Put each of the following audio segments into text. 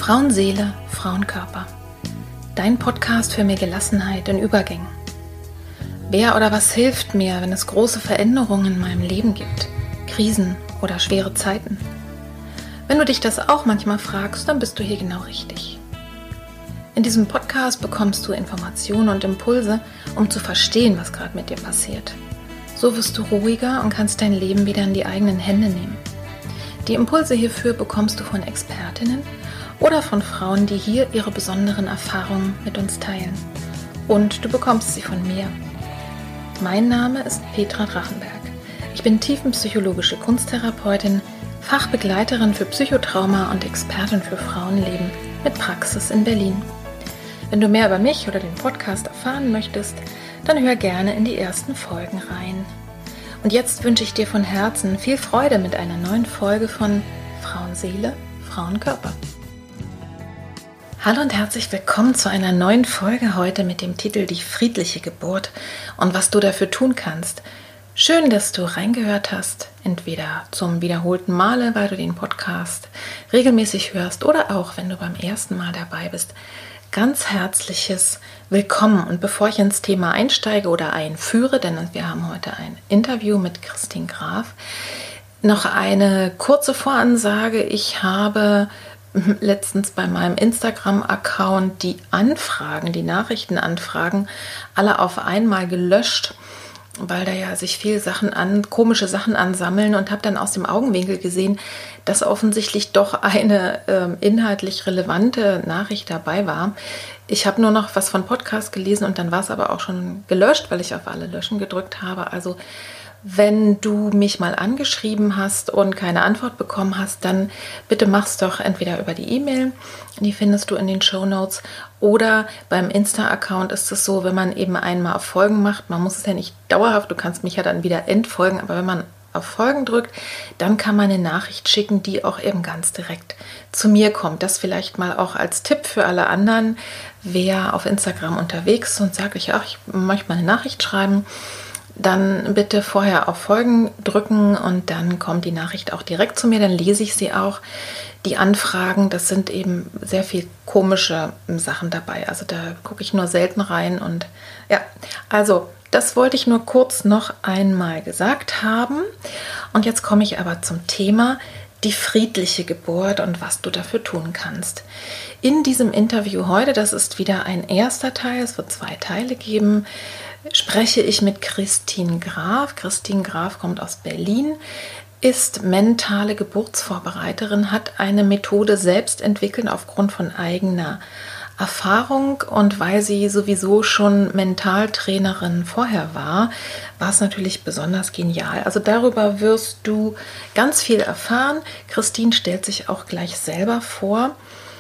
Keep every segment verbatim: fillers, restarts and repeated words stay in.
Frauenseele, Frauenkörper. Dein Podcast für mehr Gelassenheit in Übergängen. Wer oder was hilft mir, wenn es große Veränderungen in meinem Leben gibt, Krisen oder schwere Zeiten? Wenn du dich das auch manchmal fragst, dann bist du hier genau richtig. In diesem Podcast bekommst du Informationen und Impulse, um zu verstehen, was gerade mit dir passiert. So wirst du ruhiger und kannst dein Leben wieder in die eigenen Hände nehmen. Die Impulse hierfür bekommst du von Expertinnen oder von Frauen, die hier ihre besonderen Erfahrungen mit uns teilen. Und du bekommst sie von mir. Mein Name ist Petra Drachenberg. Ich bin tiefenpsychologische Kunsttherapeutin, Fachbegleiterin für Psychotrauma und Expertin für Frauenleben mit Praxis in Berlin. Wenn du mehr über mich oder den Podcast erfahren möchtest, dann hör gerne in die ersten Folgen rein. Und jetzt wünsche ich dir von Herzen viel Freude mit einer neuen Folge von Frauenseele, Frauenkörper. Hallo und herzlich willkommen zu einer neuen Folge heute mit dem Titel Die friedliche Geburt und was du dafür tun kannst. Schön, dass du reingehört hast, entweder zum wiederholten Male, weil du den Podcast regelmäßig hörst oder auch, wenn du beim ersten Mal dabei bist. Ganz herzliches Willkommen. Und bevor ich ins Thema einsteige oder einführe, denn wir haben heute ein Interview mit Christine Graf, noch eine kurze Voransage. Ich habe letztens bei meinem Instagram-Account die Anfragen, die Nachrichtenanfragen alle auf einmal gelöscht, weil da ja sich viele Sachen an, komische Sachen ansammeln, und habe dann aus dem Augenwinkel gesehen, dass offensichtlich doch eine äh, inhaltlich relevante Nachricht dabei war. Ich habe nur noch was von Podcast gelesen und dann war es aber auch schon gelöscht, weil ich auf alle Löschen gedrückt habe. Also wenn du mich mal angeschrieben hast und keine Antwort bekommen hast, dann bitte mach's doch entweder über die E-Mail, die findest du in den Shownotes, oder beim Insta-Account ist es so, wenn man eben einmal auf Folgen macht, man muss es ja nicht dauerhaft, du kannst mich ja dann wieder entfolgen, aber wenn man auf Folgen drückt, dann kann man eine Nachricht schicken, die auch eben ganz direkt zu mir kommt. Das vielleicht mal auch als Tipp für alle anderen, wer auf Instagram unterwegs ist und sagt, ich, ach, ich möchte mal eine Nachricht schreiben, dann bitte vorher auf Folgen drücken und dann kommt die Nachricht auch direkt zu mir, dann lese ich sie auch. Die Anfragen, das sind eben sehr viel komische Sachen dabei, also da gucke ich nur selten rein und ja, also das wollte ich nur kurz noch einmal gesagt haben und jetzt komme ich aber zum Thema die friedliche Geburt und was du dafür tun kannst. In diesem Interview heute, das ist wieder ein erster Teil, es wird zwei Teile geben, spreche ich mit Christine Graf. Christine Graf kommt aus Berlin, ist mentale Geburtsvorbereiterin, hat eine Methode selbst entwickelt aufgrund von eigener Erfahrung, und weil sie sowieso schon Mentaltrainerin vorher war, war es natürlich besonders genial. Also darüber wirst du ganz viel erfahren. Christine stellt sich auch gleich selber vor.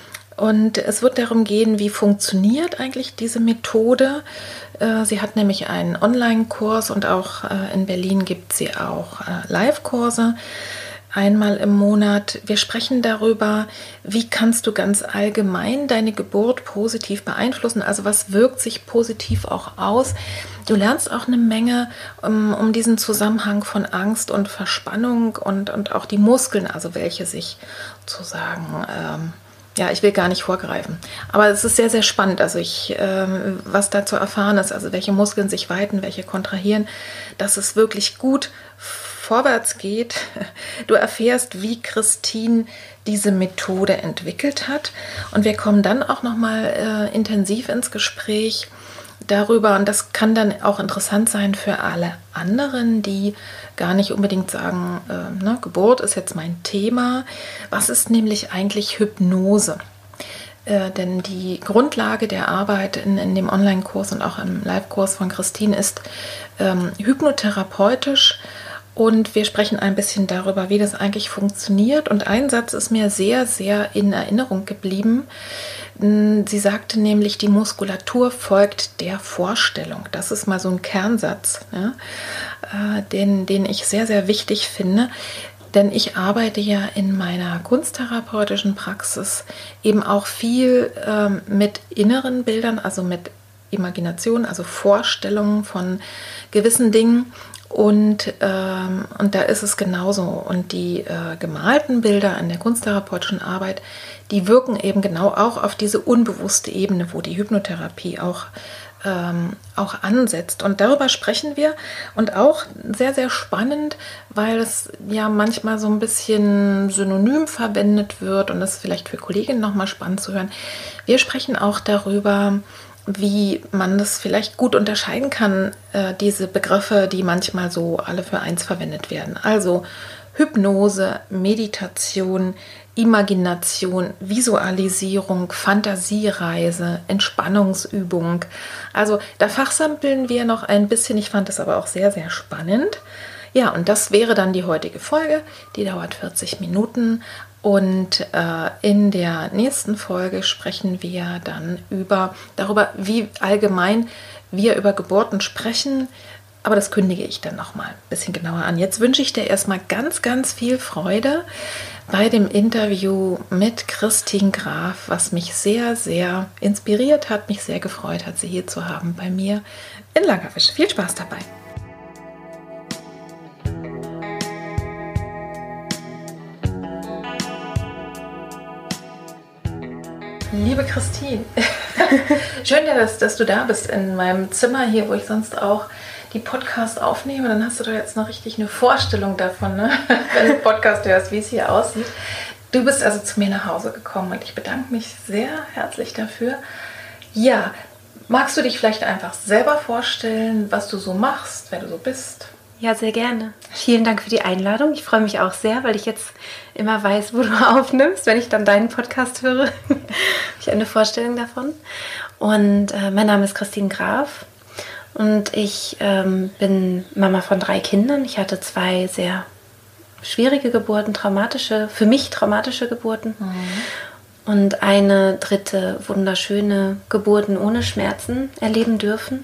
Und es wird darum gehen, wie funktioniert eigentlich diese Methode. Sie hat nämlich einen Online-Kurs und auch in Berlin gibt sie auch Live-Kurse einmal im Monat. Wir sprechen darüber, wie kannst du ganz allgemein deine Geburt positiv beeinflussen. Also was wirkt sich positiv auch aus. Du lernst auch eine Menge um, um diesen Zusammenhang von Angst und Verspannung und, und auch die Muskeln, also welche sich sozusagen... Ähm, Ja, ich will gar nicht vorgreifen, aber es ist sehr, sehr spannend, also ich, ähm, was da zu erfahren ist, also welche Muskeln sich weiten, welche kontrahieren, dass es wirklich gut vorwärts geht. Du erfährst, wie Christine diese Methode entwickelt hat, und wir kommen dann auch nochmal äh, intensiv ins Gespräch darüber, und das kann dann auch interessant sein für alle anderen, die gar nicht unbedingt sagen, äh, ne, Geburt ist jetzt mein Thema. Was ist nämlich eigentlich Hypnose? Äh, denn die Grundlage der Arbeit in, in dem Online-Kurs und auch im Live-Kurs von Christine ist ähm, hypnotherapeutisch. Und wir sprechen ein bisschen darüber, wie das eigentlich funktioniert. Und ein Satz ist mir sehr, sehr in Erinnerung geblieben. Sie sagte nämlich, die Muskulatur folgt der Vorstellung. Das ist mal so ein Kernsatz, ja, den, den ich sehr, sehr wichtig finde. Denn ich arbeite ja in meiner kunsttherapeutischen Praxis eben auch viel ähm, mit inneren Bildern, also mit Imagination, also Vorstellungen von gewissen Dingen. Und, ähm, und da ist es genauso. Und die äh, gemalten Bilder in der kunsttherapeutischen Arbeit, die wirken eben genau auch auf diese unbewusste Ebene, wo die Hypnotherapie auch, ähm, auch ansetzt. Und darüber sprechen wir. Und auch sehr, sehr spannend, weil es ja manchmal so ein bisschen synonym verwendet wird. Und das ist vielleicht für Kolleginnen nochmal spannend zu hören. Wir sprechen auch darüber, wie man das vielleicht gut unterscheiden kann, äh, diese Begriffe, die manchmal so alle für eins verwendet werden. Also Hypnose, Meditation, Imagination, Visualisierung, Fantasiereise, Entspannungsübung. Also da fachsimpeln wir noch ein bisschen. Ich fand das aber auch sehr, sehr spannend. Ja, und das wäre dann die heutige Folge. Die dauert vierzig Minuten. Und äh, in der nächsten Folge sprechen wir dann über darüber, wie allgemein wir über Geburten sprechen. Aber das kündige ich dann nochmal ein bisschen genauer an. Jetzt wünsche ich dir erstmal ganz, ganz viel Freude bei dem Interview mit Christine Graf, was mich sehr, sehr inspiriert hat, mich sehr gefreut hat, sie hier zu haben bei mir in Langerwisch. Viel Spaß dabei! Liebe Christine, schön, dass, dass du da bist in meinem Zimmer hier, wo ich sonst auch die Podcasts aufnehme. Dann hast du doch jetzt noch richtig eine Vorstellung davon, ne? Wenn du Podcast hörst, wie es hier aussieht. Du bist also zu mir nach Hause gekommen und ich bedanke mich sehr herzlich dafür. Ja, magst du dich vielleicht einfach selber vorstellen, was du so machst, wer du so bist? Ja, sehr gerne. Vielen Dank für die Einladung. Ich freue mich auch sehr, weil ich jetzt immer weiß, wo du aufnimmst. Wenn ich dann deinen Podcast höre, habe ich eine Vorstellung davon. Und äh, mein Name ist Christine Graf und ich ähm, bin Mama von drei Kindern. Ich hatte zwei sehr schwierige Geburten, traumatische, für mich traumatische Geburten. Mhm. Und eine dritte wunderschöne Geburten ohne Schmerzen erleben dürfen.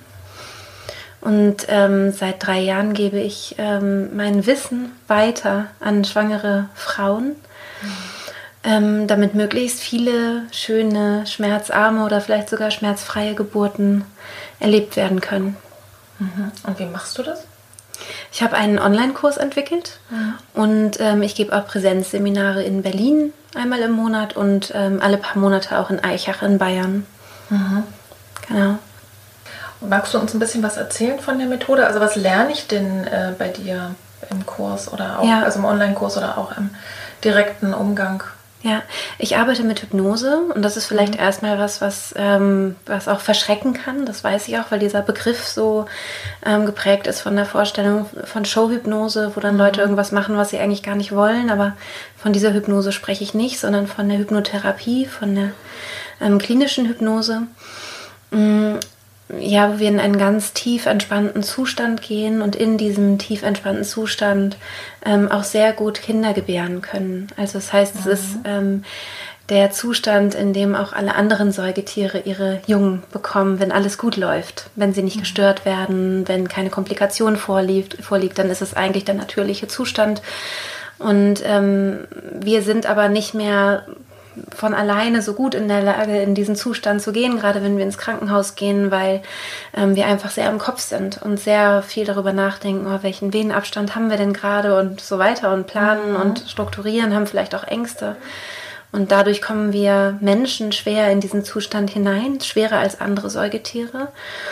Und ähm, seit drei Jahren gebe ich ähm, mein Wissen weiter an schwangere Frauen, mhm. ähm, damit möglichst viele schöne, schmerzarme oder vielleicht sogar schmerzfreie Geburten erlebt werden können. Mhm. Und wie machst du das? Ich habe einen Online-Kurs entwickelt mhm. und ähm, ich gebe auch Präsenzseminare in Berlin einmal im Monat und ähm, alle paar Monate auch in Aichach in Bayern. Mhm. Genau. Magst du uns ein bisschen was erzählen von der Methode? Also was lerne ich denn äh, bei dir im Kurs oder auch, ja. also im Online-Kurs oder auch im direkten Umgang? Ja, ich arbeite mit Hypnose und das ist vielleicht mhm. erstmal was, was, ähm, was auch verschrecken kann. Das weiß ich auch, weil dieser Begriff so ähm, geprägt ist von der Vorstellung von Showhypnose, wo dann mhm. Leute irgendwas machen, was sie eigentlich gar nicht wollen. Aber von dieser Hypnose spreche ich nicht, sondern von der Hypnotherapie, von der ähm, klinischen Hypnose. Mhm. Ja, wo wir in einen ganz tief entspannten Zustand gehen und in diesem tief entspannten Zustand ähm, auch sehr gut Kinder gebären können. Also das heißt, mhm. es ist ähm, der Zustand, in dem auch alle anderen Säugetiere ihre Jungen bekommen, wenn alles gut läuft, wenn sie nicht mhm. gestört werden, wenn keine Komplikation vorliegt, vorliegt, dann ist es eigentlich der natürliche Zustand. Und ähm, wir sind aber nicht mehr von alleine so gut in der Lage, in diesen Zustand zu gehen, gerade wenn wir ins Krankenhaus gehen, weil ähm, wir einfach sehr im Kopf sind und sehr viel darüber nachdenken, oh, welchen Venenabstand haben wir denn gerade und so weiter und planen mhm. und strukturieren, haben vielleicht auch Ängste. Und dadurch kommen wir Menschen schwer in diesen Zustand hinein, schwerer als andere Säugetiere.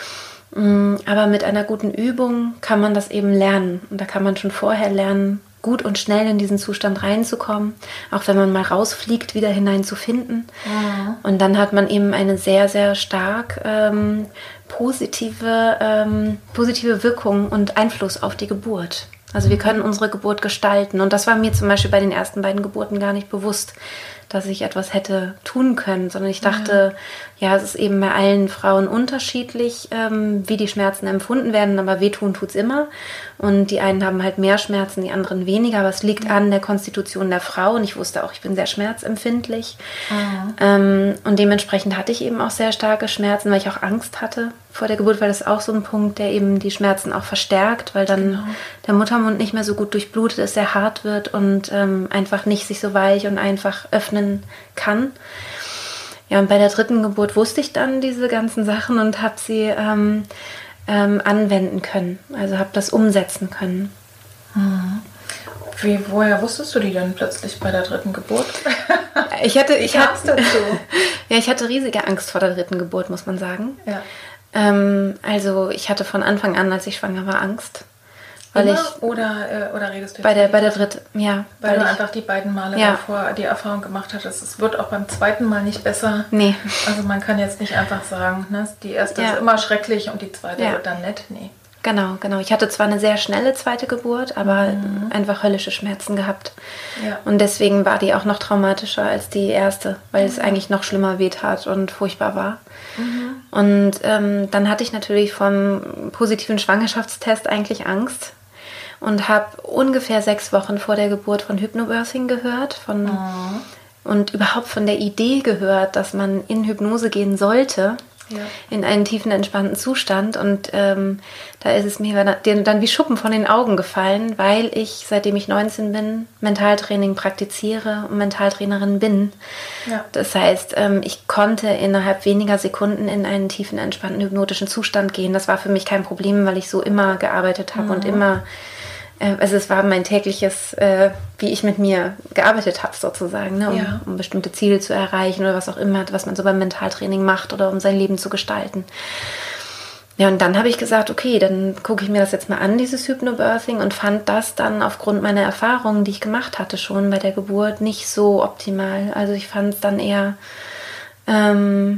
Aber mit einer guten Übung kann man das eben lernen. Und da kann man schon vorher lernen, gut und schnell in diesen Zustand reinzukommen, auch wenn man mal rausfliegt, wieder hineinzufinden. Ja. Und dann hat man eben eine sehr, sehr stark ähm, positive, ähm, positive Wirkung und Einfluss auf die Geburt. Also wir können unsere Geburt gestalten. Und das war mir zum Beispiel bei den ersten beiden Geburten gar nicht bewusst, dass ich etwas hätte tun können, sondern ich dachte, ja, ja es ist eben bei allen Frauen unterschiedlich, ähm, wie die Schmerzen empfunden werden, aber wehtun tut's immer. Und die einen haben halt mehr Schmerzen, die anderen weniger, aber es liegt an der Konstitution der Frau. Und ich wusste auch, ich bin sehr schmerzempfindlich. Mhm. Ähm, und dementsprechend hatte ich eben auch sehr starke Schmerzen, weil ich auch Angst hatte vor der Geburt, weil das ist auch so ein Punkt, der eben die Schmerzen auch verstärkt, weil dann genau. der Muttermund nicht mehr so gut durchblutet ist, sehr hart wird und ähm, einfach nicht sich so weich und einfach öffnen kann. Ja, und bei der dritten Geburt wusste ich dann diese ganzen Sachen und habe sie ähm, ähm, anwenden können. Also habe das umsetzen können. Mhm. Wie, woher wusstest du die denn plötzlich bei der dritten Geburt? Ich hatte, ich hatte, dazu? ja, ich hatte riesige Angst vor der dritten Geburt, muss man sagen. Ja. Ähm, also ich hatte von Anfang an, als ich schwanger war, Angst. Weil Immer? ich, oder, äh, oder redest du jetzt bei der, bei der dritten, ja. Weil, weil du ich, einfach die beiden Male ja. davor die Erfahrung gemacht hattest, es wird auch beim zweiten Mal nicht besser. Nee. Also man kann jetzt nicht einfach sagen, ne, die erste ja. ist immer schrecklich und die zweite ja. wird dann nett. Nee. Genau, genau. Ich hatte zwar eine sehr schnelle zweite Geburt, aber mhm. einfach höllische Schmerzen gehabt. Ja. Und deswegen war die auch noch traumatischer als die erste, weil mhm. es eigentlich noch schlimmer wehtat und furchtbar war. Mhm. Und ähm, dann hatte ich natürlich vom positiven Schwangerschaftstest eigentlich Angst und habe ungefähr sechs Wochen vor der Geburt von Hypnobirthing gehört von, mhm. und überhaupt von der Idee gehört, dass man in Hypnose gehen sollte. Ja. In einen tiefen, entspannten Zustand. Und ähm, da ist es mir dann wie Schuppen von den Augen gefallen, weil ich, seitdem ich neunzehn bin, Mentaltraining praktiziere und Mentaltrainerin bin. Ja. Das heißt, ähm, ich konnte innerhalb weniger Sekunden in einen tiefen, entspannten, hypnotischen Zustand gehen. Das war für mich kein Problem, weil ich so immer gearbeitet habe mhm. und immer... Also es war mein tägliches, äh, wie ich mit mir gearbeitet habe sozusagen, ne, um, ja. um bestimmte Ziele zu erreichen oder was auch immer, was man so beim Mentaltraining macht oder um sein Leben zu gestalten. Ja, und dann habe ich gesagt, okay, dann gucke ich mir das jetzt mal an, dieses Hypnobirthing, und fand das dann aufgrund meiner Erfahrungen, die ich gemacht hatte schon bei der Geburt, nicht so optimal. Also ich fand es dann eher, ähm,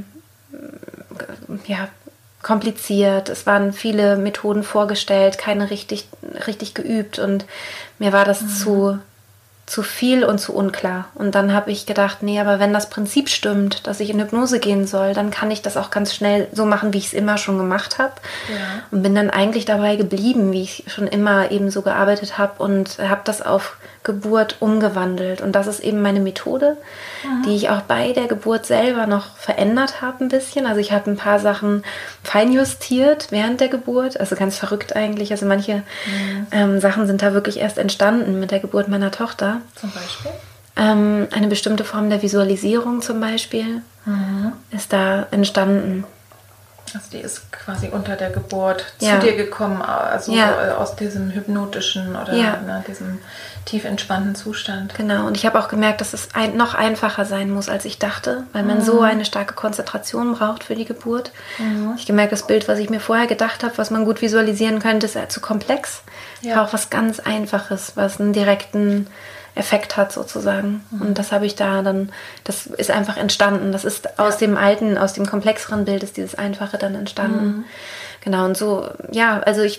ja, kompliziert, es waren viele Methoden vorgestellt, keine richtig, richtig geübt, und mir war das mhm. zu, zu viel und zu unklar. Und dann habe ich gedacht, nee, aber wenn das Prinzip stimmt, dass ich in Hypnose gehen soll, dann kann ich das auch ganz schnell so machen, wie ich es immer schon gemacht habe. Ja. Und bin dann eigentlich dabei geblieben, wie ich schon immer eben so gearbeitet habe, und habe das auf Geburt umgewandelt. Und das ist eben meine Methode, mhm. die ich auch bei der Geburt selber noch verändert habe ein bisschen. Also ich habe ein paar Sachen feinjustiert während der Geburt. Also ganz verrückt eigentlich. Also manche mhm. ähm, Sachen sind da wirklich erst entstanden mit der Geburt meiner Tochter. Zum Beispiel? Ähm, eine bestimmte Form der Visualisierung zum Beispiel mhm. ist da entstanden. Also die ist quasi unter der Geburt ja. zu dir gekommen, also ja. aus diesem hypnotischen oder ja. ne, diesem tief entspannten Zustand. Genau, und ich habe auch gemerkt, dass es ein, noch einfacher sein muss, als ich dachte, weil man mhm. so eine starke Konzentration braucht für die Geburt. Mhm. Ich gemerkt, das Bild, was ich mir vorher gedacht habe, was man gut visualisieren könnte, ist zu komplex. Ja. Ich brauche was ganz Einfaches, was einen direkten Effekt hat sozusagen. Mhm. Und das habe ich da dann, das ist einfach entstanden. Das ist ja. aus dem alten, aus dem komplexeren Bild ist dieses Einfache dann entstanden. Mhm. Genau, und so, ja, also ich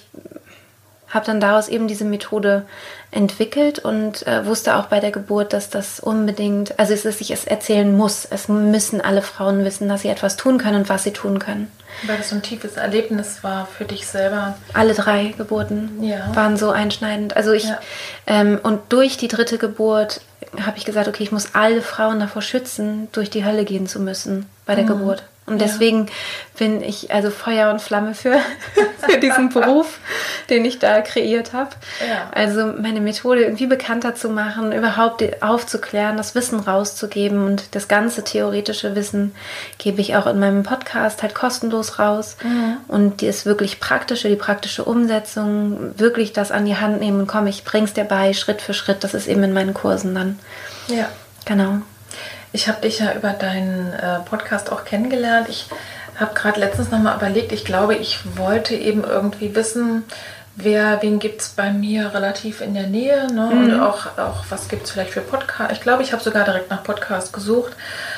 habe dann daraus eben diese Methode entwickelt und äh, wusste auch bei der Geburt, dass das unbedingt, also es ist, ich es erzählen muss. Es müssen alle Frauen wissen, dass sie etwas tun können und was sie tun können. Weil das so ein tiefes Erlebnis war für dich selber. Alle drei Geburten ja. waren so einschneidend. Also ich, ja. ähm, und durch die dritte Geburt habe ich gesagt, okay, ich muss alle Frauen davor schützen, durch die Hölle gehen zu müssen bei der mhm. Geburt. Und deswegen ja. bin ich also Feuer und Flamme für, für diesen Beruf, den ich da kreiert habe. Ja. Also meine Methode irgendwie bekannter zu machen, überhaupt aufzuklären, das Wissen rauszugeben, und das ganze theoretische Wissen gebe ich auch in meinem Podcast halt kostenlos raus. Mhm. Und die ist wirklich praktische, die praktische Umsetzung, wirklich das an die Hand nehmen und komm, ich bring's dir bei, Schritt für Schritt. Das ist eben in meinen Kursen dann. Ja. Genau. Ich habe dich ja über deinen äh, Podcast auch kennengelernt. Ich habe gerade letztens nochmal überlegt, ich glaube, ich wollte eben irgendwie wissen, wer, wen gibt es bei mir relativ in der Nähe, ne? Mhm. Und auch, auch was gibt es vielleicht für Podcast. Ich glaube, ich habe sogar direkt nach Podcast gesucht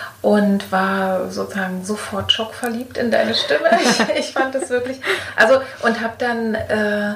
und war sozusagen sofort schockverliebt in deine Stimme. Ich, ich fand das wirklich, also, und habe dann äh,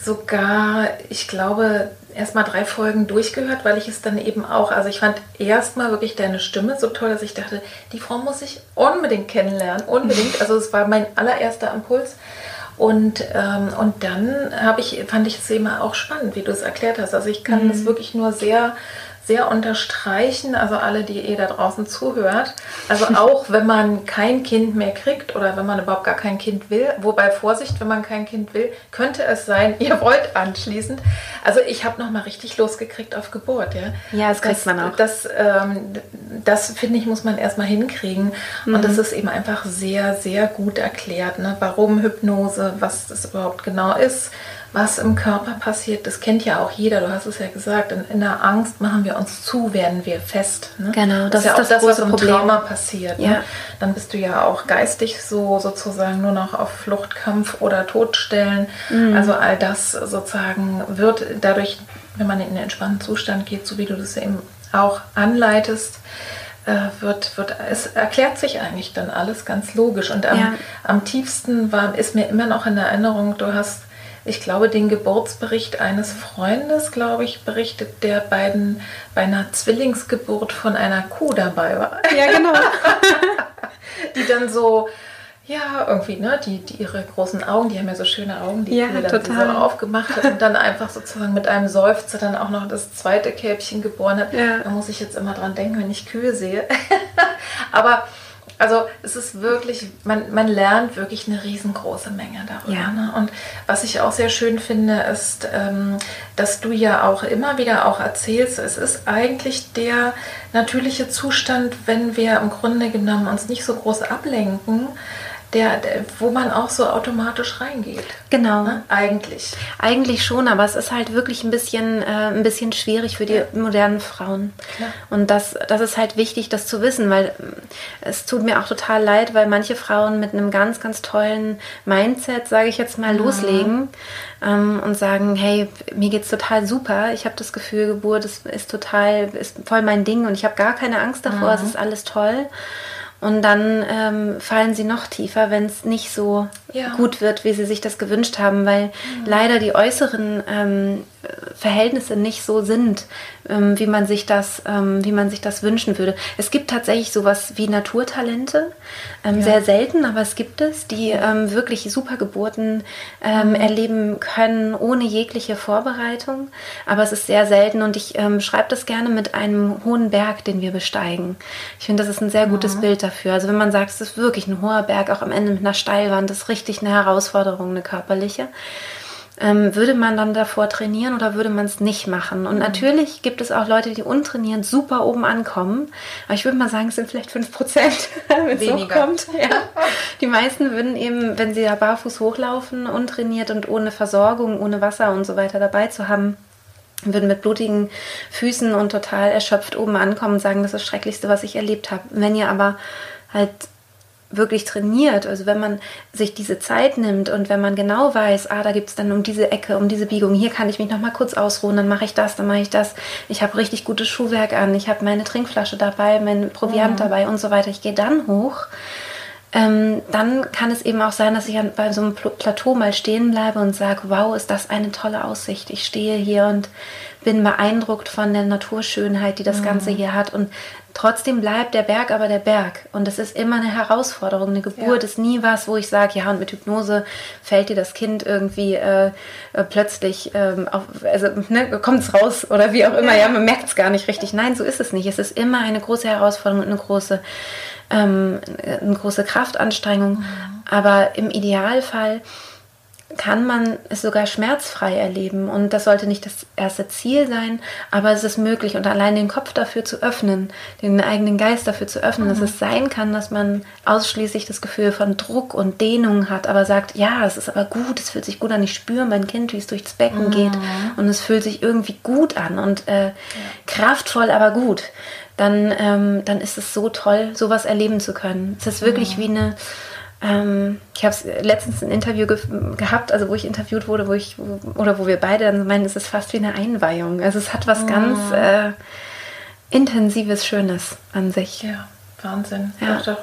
sogar, ich glaube, erstmal drei Folgen durchgehört, weil ich es dann eben auch, also ich fand erstmal wirklich deine Stimme so toll, dass ich dachte, die Frau muss ich unbedingt kennenlernen, unbedingt. Also es war mein allererster Impuls. Und, ähm, und dann habe ich, fand ich es immer auch spannend, wie du es erklärt hast. Also ich kann mhm. das wirklich nur sehr sehr unterstreichen, also alle, die ihr da draußen zuhört. Also auch wenn man kein Kind mehr kriegt oder wenn man überhaupt gar kein Kind will, wobei Vorsicht, wenn man kein Kind will, könnte es sein, ihr wollt anschließend. Also ich habe nochmal richtig losgekriegt auf Geburt. Ja, ja das kriegt das, man auch. Das, ähm, das finde ich, muss man erstmal hinkriegen. Mhm. Und das ist eben einfach sehr, sehr gut erklärt, ne? Warum Hypnose, was das überhaupt genau ist, was im Körper passiert, das kennt ja auch jeder, du hast es ja gesagt, in, in der Angst machen wir uns zu, werden wir fest. Ne? Genau, das, das ist ja auch das, das, was im Problem. Trauma passiert. Ja. Ne? Dann bist du ja auch geistig so sozusagen nur noch auf Flucht, Kampf oder Todstellen. Mhm. Also all das sozusagen wird dadurch, wenn man in einen entspannten Zustand geht, so wie du das eben auch anleitest, wird, wird, es erklärt sich eigentlich dann alles ganz logisch. Und am, ja. am tiefsten war, ist mir immer noch in Erinnerung, du hast, ich glaube, den Geburtsbericht eines Freundes, glaube ich, berichtet, der beiden bei einer Zwillingsgeburt von einer Kuh dabei war. Ja, genau. Die dann so, ja, irgendwie, ne, die, die ihre großen Augen, die haben ja so schöne Augen, die ja, Kuh dann die so aufgemacht hat und dann einfach sozusagen mit einem Seufzer dann auch noch das zweite Kälbchen geboren hat. Ja. Da muss ich jetzt immer dran denken, wenn ich Kühe sehe. Aber also es ist wirklich, man, man lernt wirklich eine riesengroße Menge darüber. Ja. Ne? Und was ich auch sehr schön finde, ist, ähm, dass du ja auch immer wieder auch erzählst, es ist eigentlich der natürliche Zustand, wenn wir im Grunde genommen uns nicht so groß ablenken, Der, der, wo man auch so automatisch reingeht. Genau. Ne? Eigentlich. Eigentlich schon, aber es ist halt wirklich ein bisschen, äh, ein bisschen schwierig für die ja. modernen Frauen. Klar. Und das, das ist halt wichtig, das zu wissen, weil es tut mir auch total leid, weil manche Frauen mit einem ganz, ganz tollen Mindset, sage ich jetzt mal, mhm. loslegen ähm, und sagen, hey, mir geht's total super, ich habe das Gefühl, Geburt ist, ist total, ist voll mein Ding und ich habe gar keine Angst davor, mhm. es ist alles toll. Und dann ähm, fallen sie noch tiefer, wenn es nicht so ja. gut wird, wie sie sich das gewünscht haben, weil mhm. leider die äußeren ähm, Verhältnisse nicht so sind, ähm, wie man sich das, ähm, wie man sich das wünschen würde. Es gibt tatsächlich sowas wie Naturtalente, ähm, ja. sehr selten, aber es gibt es, die ähm, wirklich super Geburten ähm, mhm. erleben können, ohne jegliche Vorbereitung. Aber es ist sehr selten und ich ähm, schreibe das gerne mit einem hohen Berg, den wir besteigen. Ich finde, das ist ein sehr gutes mhm. Bild dafür. Also wenn man sagt, es ist wirklich ein hoher Berg, auch am Ende mit einer Steilwand, das ist richtig eine Herausforderung, eine körperliche. Ähm, würde man dann davor trainieren oder würde man es nicht machen? Und mhm. natürlich gibt es auch Leute, die untrainiert super oben ankommen. Aber ich würde mal sagen, es sind vielleicht fünf Prozent, wenn es hochkommt. Ja. Die meisten würden eben, wenn sie da barfuß hochlaufen, untrainiert und ohne Versorgung, ohne Wasser und so weiter dabei zu haben, würden mit blutigen Füßen und total erschöpft oben ankommen und sagen, das ist das Schrecklichste, was ich erlebt habe. Wenn ihr aber halt wirklich trainiert, also wenn man sich diese Zeit nimmt und wenn man genau weiß, ah, da gibt es dann um diese Ecke, um diese Biegung, hier kann ich mich nochmal kurz ausruhen, dann mache ich das, dann mache ich das, ich habe richtig gutes Schuhwerk an, ich habe meine Trinkflasche dabei, mein Proviant mhm. dabei und so weiter, ich gehe dann hoch, ähm, dann kann es eben auch sein, dass ich an, bei so einem Plateau mal stehen bleibe und sage, wow, ist das eine tolle Aussicht, ich stehe hier und bin beeindruckt von der Naturschönheit, die das mhm. Ganze hier hat und trotzdem bleibt der Berg aber der Berg und es ist immer eine Herausforderung. Eine Geburt ja. ist nie was, wo ich sage, ja, und mit Hypnose fällt dir das Kind irgendwie äh, äh, plötzlich ähm, auf, also ne, kommt es raus oder wie auch immer, ja, ja man merkt es gar nicht richtig. Nein, so ist es nicht. Es ist immer eine große Herausforderung und eine große, ähm, eine große Kraftanstrengung, mhm. aber im Idealfall kann man es sogar schmerzfrei erleben und das sollte nicht das erste Ziel sein, aber es ist möglich und allein den Kopf dafür zu öffnen, den eigenen Geist dafür zu öffnen, mhm. dass es sein kann, dass man ausschließlich das Gefühl von Druck und Dehnung hat, aber sagt, ja, es ist aber gut, es fühlt sich gut an, ich spüre mein Kind, wie es durchs Becken mhm. geht und es fühlt sich irgendwie gut an und äh, ja. kraftvoll, aber gut, dann, ähm, dann ist es so toll, sowas erleben zu können. Es ist wirklich mhm. wie eine ich habe letztens ein Interview ge- gehabt, also wo ich interviewt wurde, wo ich oder wo wir beide dann meinen, es ist fast wie eine Einweihung. Also es hat was oh. ganz äh, Intensives, Schönes an sich. Ja, Wahnsinn. Ja. Doch, doch.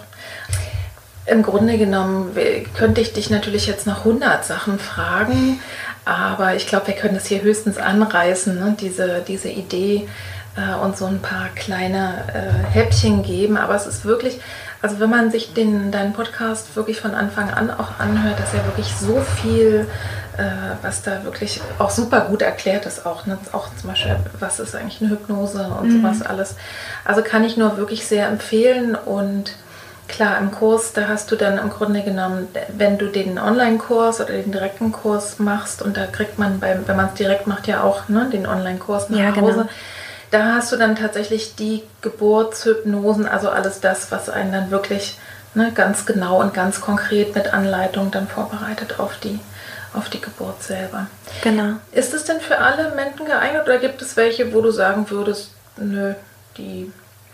Im Grunde genommen könnte ich dich natürlich jetzt nach hundert Sachen fragen, aber ich glaube, wir können das hier höchstens anreißen, ne? diese, diese Idee äh, und so ein paar kleine äh, Häppchen geben. Aber es ist wirklich... Also wenn man sich den, deinen Podcast wirklich von Anfang an auch anhört, dass ja wirklich so viel äh, was da wirklich auch super gut erklärt ist. Auch, ne? Auch zum Beispiel, was ist eigentlich eine Hypnose und mhm. sowas alles. Also kann ich nur wirklich sehr empfehlen. Und klar, im Kurs, da hast du dann im Grunde genommen, wenn du den Online-Kurs oder den direkten Kurs machst, und da kriegt man, beim, wenn man es direkt macht, ja auch ne, den Online-Kurs nach ja, Hause, genau. Da hast du dann tatsächlich die Geburtshypnosen, also alles das, was einen dann wirklich ne, ganz genau und ganz konkret mit Anleitung dann vorbereitet auf die, auf die Geburt selber. Genau. Ist es denn für alle Menschen geeignet oder gibt es welche, wo du sagen würdest, nö, die,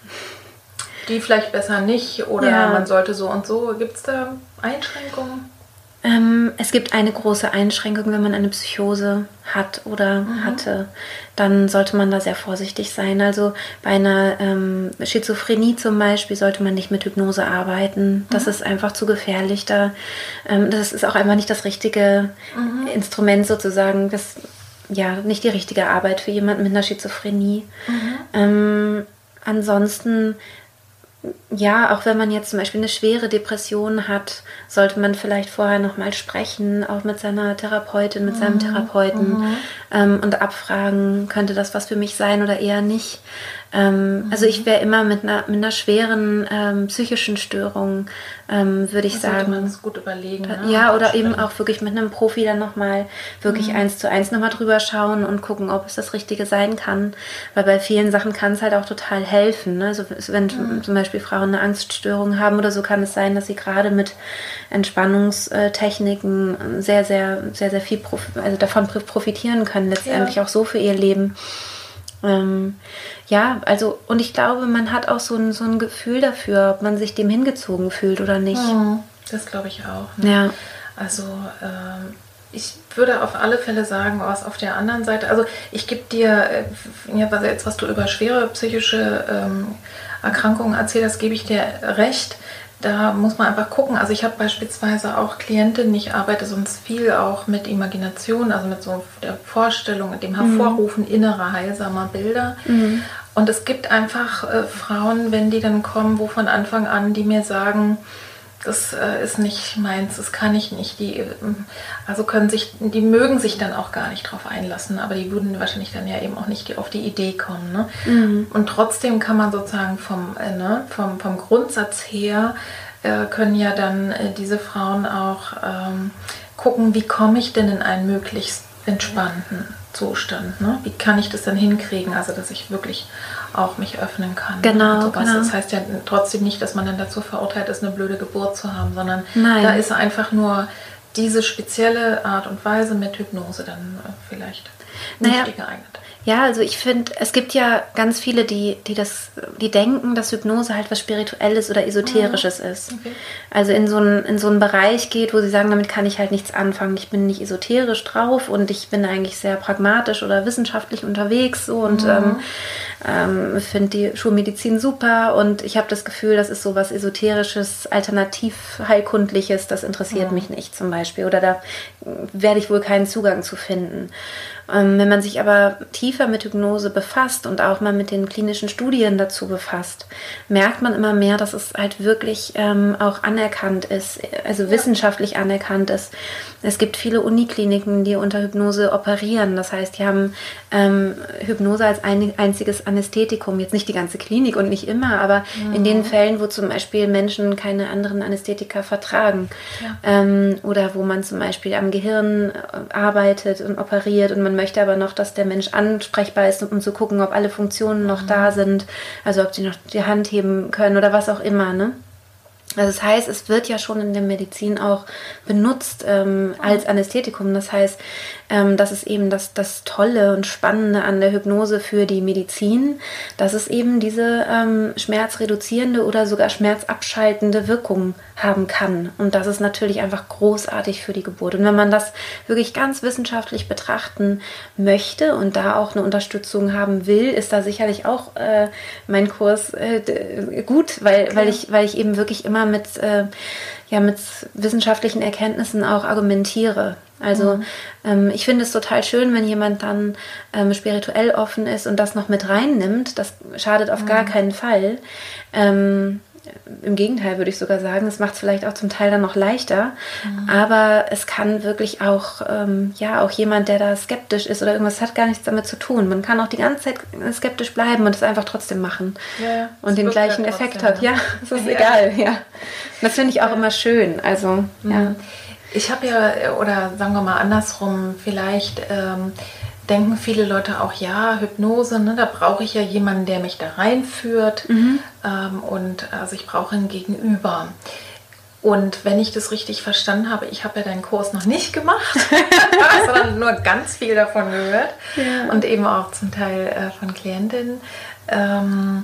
die vielleicht besser nicht oder ja. man sollte so und so? Gibt es da Einschränkungen? Ähm, es gibt eine große Einschränkung, wenn man eine Psychose hat oder mhm. hatte, dann sollte man da sehr vorsichtig sein. Also bei einer ähm, Schizophrenie zum Beispiel sollte man nicht mit Hypnose arbeiten. Das mhm. ist einfach zu gefährlich. Da, ähm, das ist auch einfach nicht das richtige mhm. Instrument sozusagen. Das ja nicht die richtige Arbeit für jemanden mit einer Schizophrenie. Mhm. Ähm, ansonsten ja, auch wenn man jetzt zum Beispiel eine schwere Depression hat, sollte man vielleicht vorher nochmal sprechen, auch mit seiner Therapeutin, mit mhm. seinem Therapeuten mhm. ähm, und abfragen, könnte das was für mich sein oder eher nicht. Ähm, mhm. Also ich wäre immer mit einer, mit einer schweren ähm, psychischen Störung, ähm, würde ich das sagen. Sollte man es gut überlegen. Da, ne? Ja, oder eben auch wirklich mit einem Profi dann nochmal wirklich mhm. eins zu eins nochmal drüber schauen und gucken, ob es das Richtige sein kann. Weil bei vielen Sachen kann es halt auch total helfen. Ne? Also wenn mhm. zum Beispiel Frauen eine Angststörung haben oder so, kann es sein, dass sie gerade mit Entspannungstechniken sehr, sehr, sehr, sehr viel prof- also davon profitieren können, letztendlich ja. auch so für ihr Leben. Ähm, ja, also und ich glaube, man hat auch so ein, so ein Gefühl dafür, ob man sich dem hingezogen fühlt oder nicht. Mhm. Das glaube ich auch. Ne? Ja. Also ähm, ich würde auf alle Fälle sagen, was auf der anderen Seite, also ich gebe dir, äh, ja, was jetzt, was du über schwere psychische ähm, Erkrankungen erzählst, gebe ich dir recht. Da muss man einfach gucken. Also ich habe beispielsweise auch Klientinnen, ich arbeite sonst viel auch mit Imagination, also mit so der Vorstellung, dem Hervorrufen mhm. innerer, heilsamer Bilder. Mhm. Und es gibt einfach äh, Frauen, wenn die dann kommen, wo von Anfang an die mir sagen, das äh, ist nicht meins, das kann ich nicht. Die, äh, also können sich, die mögen sich dann auch gar nicht drauf einlassen, aber die würden wahrscheinlich dann ja eben auch nicht die, auf die Idee kommen. Ne? Mhm. Und trotzdem kann man sozusagen vom, äh, ne, vom, vom Grundsatz her, äh, können ja dann äh, diese Frauen auch ähm, gucken, wie komme ich denn in einen möglichst entspannten Zustand. Ne? Wie kann ich das dann hinkriegen, also dass ich wirklich auch mich öffnen kann. Genau, genau. Das heißt ja trotzdem nicht, dass man dann dazu verurteilt ist, eine blöde Geburt zu haben, sondern Nein. da ist einfach nur diese spezielle Art und Weise mit Hypnose dann vielleicht nicht naja. geeignet. Ja, also ich finde, es gibt ja ganz viele, die, die das, die denken, dass Hypnose halt was Spirituelles oder Esoterisches mhm. ist. Okay. Also in so einen, in so einen Bereich geht, wo sie sagen, damit kann ich halt nichts anfangen. Ich bin nicht esoterisch drauf und ich bin eigentlich sehr pragmatisch oder wissenschaftlich unterwegs so und mhm. ähm, ähm, finde die Schulmedizin super und ich habe das Gefühl, das ist so was Esoterisches, Alternativ-Heilkundliches, das interessiert mhm. mich nicht zum Beispiel oder da werde ich wohl keinen Zugang zu finden. Ähm, wenn man sich aber tiefer mit Hypnose befasst und auch mal mit den klinischen Studien dazu befasst, merkt man immer mehr, dass es halt wirklich ähm, auch anerkannt ist, also ja. wissenschaftlich anerkannt ist. Es gibt viele Unikliniken, die unter Hypnose operieren. Das heißt, die haben ähm, Hypnose als ein einziges Anästhetikum. Jetzt nicht die ganze Klinik und nicht immer, aber mhm. in den Fällen, wo zum Beispiel Menschen keine anderen Anästhetika vertragen ja. ähm, oder wo man zum Beispiel am Gehirn arbeitet und operiert und man möchte aber noch, dass der Mensch ansprechbar ist, um zu gucken, ob alle Funktionen noch mhm. da sind, also ob sie noch die Hand heben können oder was auch immer, ne? Also das heißt, es wird ja schon in der Medizin auch benutzt ähm, als Anästhetikum. Das heißt, ähm, das ist eben das, das Tolle und Spannende an der Hypnose für die Medizin, dass es eben diese ähm, schmerzreduzierende oder sogar schmerzabschaltende Wirkung haben kann. Und das ist natürlich einfach großartig für die Geburt. Und wenn man das wirklich ganz wissenschaftlich betrachten möchte und da auch eine Unterstützung haben will, ist da sicherlich auch äh, mein Kurs äh, gut, weil, okay. weil, ich, weil ich eben wirklich immer mit, äh, ja, mit wissenschaftlichen Erkenntnissen auch argumentiere. Also mhm. ähm, ich finde es total schön, wenn jemand dann ähm, spirituell offen ist und das noch mit reinnimmt. Das schadet auf mhm. gar keinen Fall. Ähm, im Gegenteil würde ich sogar sagen, es macht es vielleicht auch zum Teil dann noch leichter, mhm. aber es kann wirklich auch, ähm, ja, auch jemand, der da skeptisch ist oder irgendwas, hat gar nichts damit zu tun. Man kann auch die ganze Zeit skeptisch bleiben und es einfach trotzdem machen ja, ja. und den gleichen halt Effekt hat. Ja, es ist ja. egal, ja. Und das finde ich auch ja. immer schön, also, mhm. ja. Ich habe ja, oder sagen wir mal andersrum, vielleicht ähm, denken viele Leute auch, ja, Hypnose, ne, da brauche ich ja jemanden, der mich da reinführt mhm. ähm, und also ich brauche ein Gegenüber. Und wenn ich das richtig verstanden habe, ich habe ja deinen Kurs noch nicht gemacht, sondern nur ganz viel davon gehört ja. und eben auch zum Teil äh, von Klientinnen. Ähm,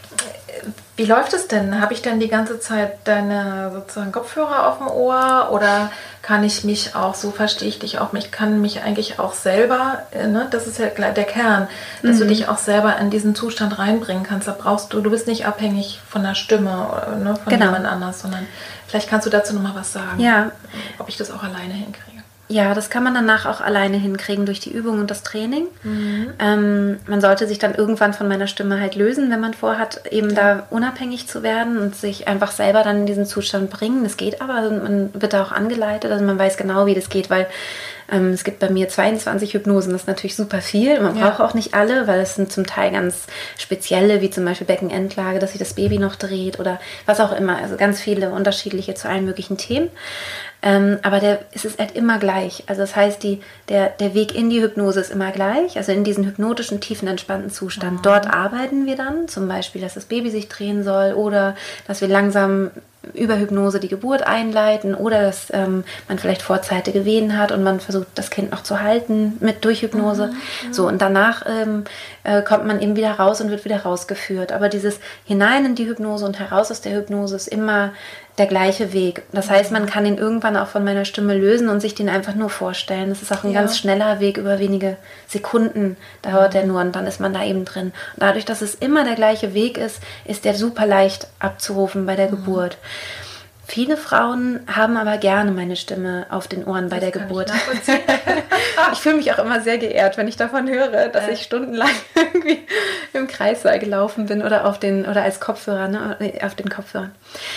Wie läuft es denn? Habe ich dann die ganze Zeit deine sozusagen Kopfhörer auf dem Ohr oder kann ich mich auch, so verstehe ich dich auch, ich kann mich eigentlich auch selber, ne, das ist ja der Kern, dass mhm. du dich auch selber in diesen Zustand reinbringen kannst. Da brauchst du, du bist nicht abhängig von der Stimme oder ne, von genau. jemand anders, sondern vielleicht kannst du dazu nochmal was sagen, ja. ob ich das auch alleine hinkriege. Ja, das kann man danach auch alleine hinkriegen durch die Übung und das Training. Mhm. Ähm, man sollte sich dann irgendwann von meiner Stimme halt lösen, wenn man vorhat, eben ja. da unabhängig zu werden und sich einfach selber dann in diesen Zustand bringen. Das geht aber, also man wird da auch angeleitet, also man weiß genau, wie das geht, weil ähm, es gibt bei mir zweiundzwanzig Hypnosen, das ist natürlich super viel. Man ja. braucht auch nicht alle, weil es sind zum Teil ganz spezielle, wie zum Beispiel Beckenendlage, dass sich das Baby noch dreht oder was auch immer. Also ganz viele unterschiedliche zu allen möglichen Themen. Ähm, aber der, es ist halt immer gleich. Also das heißt, die, der, der Weg in die Hypnose ist immer gleich. Also in diesen hypnotischen, tiefen, entspannten Zustand. Mhm. Dort arbeiten wir dann, zum Beispiel, dass das Baby sich drehen soll oder dass wir langsam über Hypnose die Geburt einleiten oder dass ähm, man vielleicht vorzeitige Wehen hat und man versucht, das Kind noch zu halten mit durch Hypnose. Mhm. So, und danach ähm, äh, kommt man eben wieder raus und wird wieder rausgeführt. Aber dieses hinein in die Hypnose und heraus aus der Hypnose ist immer der gleiche Weg. Das heißt, man kann ihn irgendwann auch von meiner Stimme lösen und sich den einfach nur vorstellen. Das ist auch ein ja. ganz schneller Weg, über wenige Sekunden dauert der nur und dann ist man da eben drin. Und dadurch, dass es immer der gleiche Weg ist, ist der super leicht abzurufen bei der mhm. Geburt. Viele Frauen haben aber gerne meine Stimme auf den Ohren bei das der Geburt. Ich, ich fühle mich auch immer sehr geehrt, wenn ich davon höre, dass äh. ich stundenlang irgendwie im Kreissaal gelaufen bin oder auf den oder als Kopfhörer, ne, auf den Kopfhörern.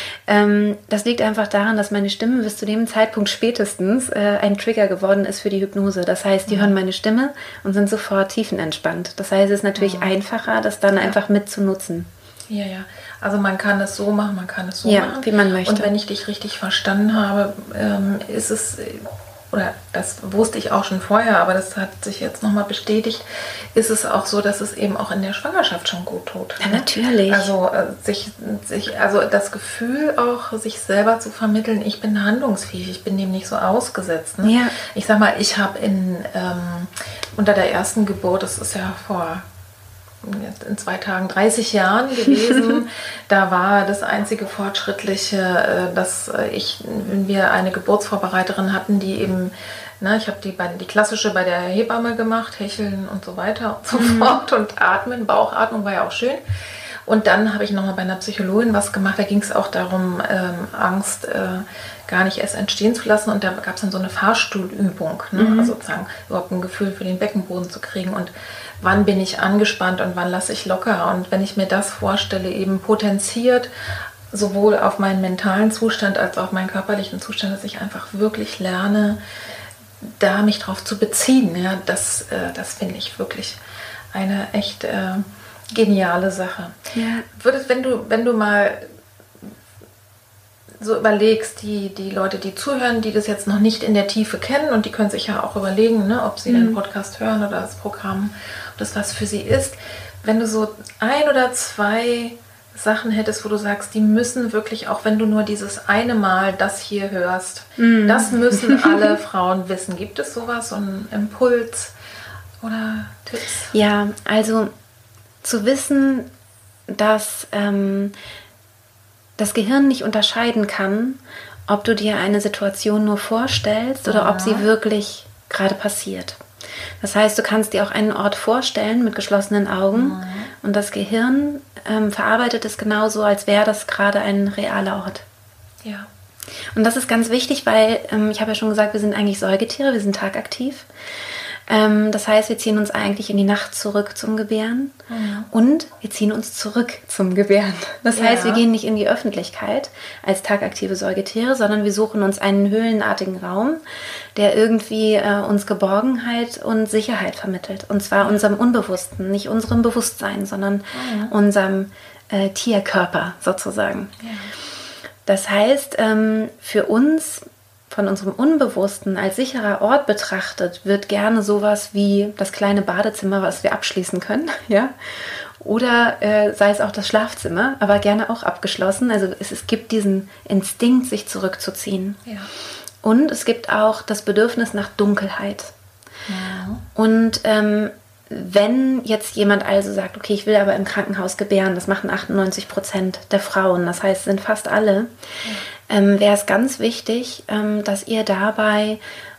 Ähm, das liegt einfach daran, dass meine Stimme bis zu dem Zeitpunkt spätestens äh, ein Trigger geworden ist für die Hypnose. Das heißt, die mhm. hören meine Stimme und sind sofort tiefenentspannt. Das heißt, es ist natürlich mhm. einfacher, das dann ja. einfach mitzunutzen. Ja, ja. Also man kann es so machen, man kann es so ja, machen. wie man möchte. Und wenn ich dich richtig verstanden habe, ähm, ist es, oder das wusste ich auch schon vorher, aber das hat sich jetzt nochmal bestätigt, ist es auch so, dass es eben auch in der Schwangerschaft schon gut tut. Ja, natürlich. Also, äh, sich, sich, also das Gefühl auch, sich selber zu vermitteln, ich bin handlungsfähig, ich bin dem nicht so ausgesetzt. Ne? Ja. Ich sag mal, ich habe in ähm, unter der ersten Geburt, das ist ja vor in zwei Tagen dreißig Jahren gewesen. Da war das einzige Fortschrittliche, dass ich, wenn wir eine Geburtsvorbereiterin hatten, die eben, ne, ich habe die, die klassische bei der Hebamme gemacht, hecheln und so weiter und so mhm. fort und atmen, Bauchatmung war ja auch schön. Und dann habe ich nochmal bei einer Psychologin was gemacht, da ging es auch darum, ähm, Angst äh, gar nicht erst entstehen zu lassen. Und da gab es dann so eine Fahrstuhlübung, ne? Mhm. Also sozusagen überhaupt ein Gefühl für den Beckenboden zu kriegen und wann bin ich angespannt und wann lasse ich locker. Und wenn ich mir das vorstelle, eben potenziert, sowohl auf meinen mentalen Zustand als auch meinen körperlichen Zustand, dass ich einfach wirklich lerne, da mich drauf zu beziehen. Ja, das, äh, das finde ich wirklich eine echt äh, geniale Sache. Ja. Würdest, wenn du, wenn du mal so überlegst, die, die Leute, die zuhören, die das jetzt noch nicht in der Tiefe kennen und die können sich ja auch überlegen, ne, ob sie mhm. den Podcast hören oder das Programm, ob das was für sie ist. Wenn du so ein oder zwei Sachen hättest, wo du sagst, die müssen wirklich, auch wenn du nur dieses eine Mal das hier hörst, mhm. das müssen alle Frauen wissen. Gibt es sowas, so einen Impuls oder Tipps? Ja, also zu wissen, dass ähm, das Gehirn nicht unterscheiden kann, ob du dir eine Situation nur vorstellst oder ja. ob sie wirklich gerade passiert. Das heißt, du kannst dir auch einen Ort vorstellen mit geschlossenen Augen ja. und das Gehirn ähm, verarbeitet es genauso, als wäre das gerade ein realer Ort. Ja. Und das ist ganz wichtig, weil ähm, ich habe ja schon gesagt, wir sind eigentlich Säugetiere, wir sind tagaktiv. Ähm, das heißt, wir ziehen uns eigentlich in die Nacht zurück zum Gebären mhm. und wir ziehen uns zurück zum Gebären. Das ja. heißt, wir gehen nicht in die Öffentlichkeit als tagaktive Säugetiere, sondern wir suchen uns einen höhlenartigen Raum, der irgendwie äh, uns Geborgenheit und Sicherheit vermittelt. Und zwar unserem Unbewussten, nicht unserem Bewusstsein, sondern mhm. unserem äh, Tierkörper sozusagen. Ja. Das heißt, ähm, für uns von unserem Unbewussten als sicherer Ort betrachtet, wird gerne sowas wie das kleine Badezimmer, was wir abschließen können, ja, oder äh, sei es auch das Schlafzimmer, aber gerne auch abgeschlossen. Also es, es gibt diesen Instinkt, sich zurückzuziehen. Ja. Und es gibt auch das Bedürfnis nach Dunkelheit. Ja. Und ähm, wenn jetzt jemand also sagt, okay, ich will aber im Krankenhaus gebären, das machen achtundneunzig Prozent der Frauen, das heißt, es sind fast alle, ja. ähm, wäre es ganz wichtig, ähm, dass ihr dabei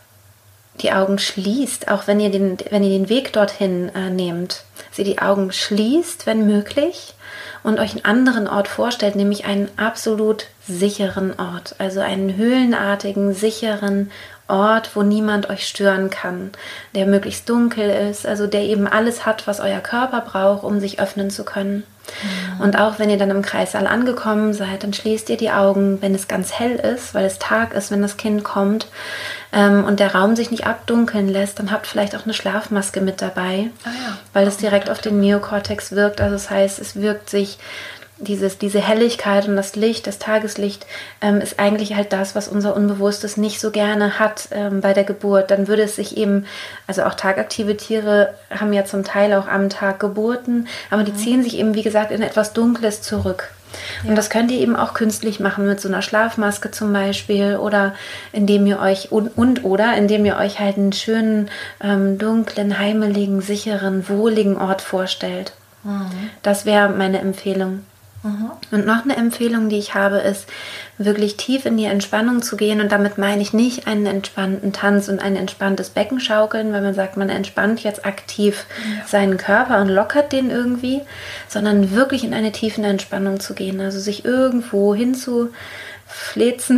die Augen schließt, auch wenn ihr den, wenn ihr den Weg dorthin äh, nehmt, dass ihr die Augen schließt, wenn möglich, und euch einen anderen Ort vorstellt, nämlich einen absolut sicheren Ort, also einen höhlenartigen, sicheren Ort, wo niemand euch stören kann, der möglichst dunkel ist, also der eben alles hat, was euer Körper braucht, um sich öffnen zu können. Mhm. Und auch wenn ihr dann im Kreissaal angekommen seid, dann schließt ihr die Augen, wenn es ganz hell ist, weil es Tag ist, wenn das Kind kommt ähm, und der Raum sich nicht abdunkeln lässt, dann habt vielleicht auch eine Schlafmaske mit dabei, ah ja. weil es direkt auf den Myokortex wirkt. Also das heißt, es wirkt sich Dieses, diese Helligkeit und das Licht, das Tageslicht ähm, ist eigentlich halt das, was unser Unbewusstes nicht so gerne hat ähm, bei der Geburt. Dann würde es sich eben, also auch tagaktive Tiere haben ja zum Teil auch am Tag Geburten, aber die ziehen sich eben, wie gesagt, in etwas Dunkles zurück. Ja. Und das könnt ihr eben auch künstlich machen mit so einer Schlafmaske zum Beispiel oder indem ihr euch und, und oder indem ihr euch halt einen schönen, ähm, dunklen, heimeligen, sicheren, wohligen Ort vorstellt. Mhm. Das wäre meine Empfehlung. Und noch eine Empfehlung, die ich habe, ist, wirklich tief in die Entspannung zu gehen. Und damit meine ich nicht einen entspannten Tanz und ein entspanntes Beckenschaukeln, weil man sagt, man entspannt jetzt aktiv ja. seinen Körper und lockert den irgendwie, sondern wirklich in eine tiefe Entspannung zu gehen. Also sich irgendwo hinzu flezen,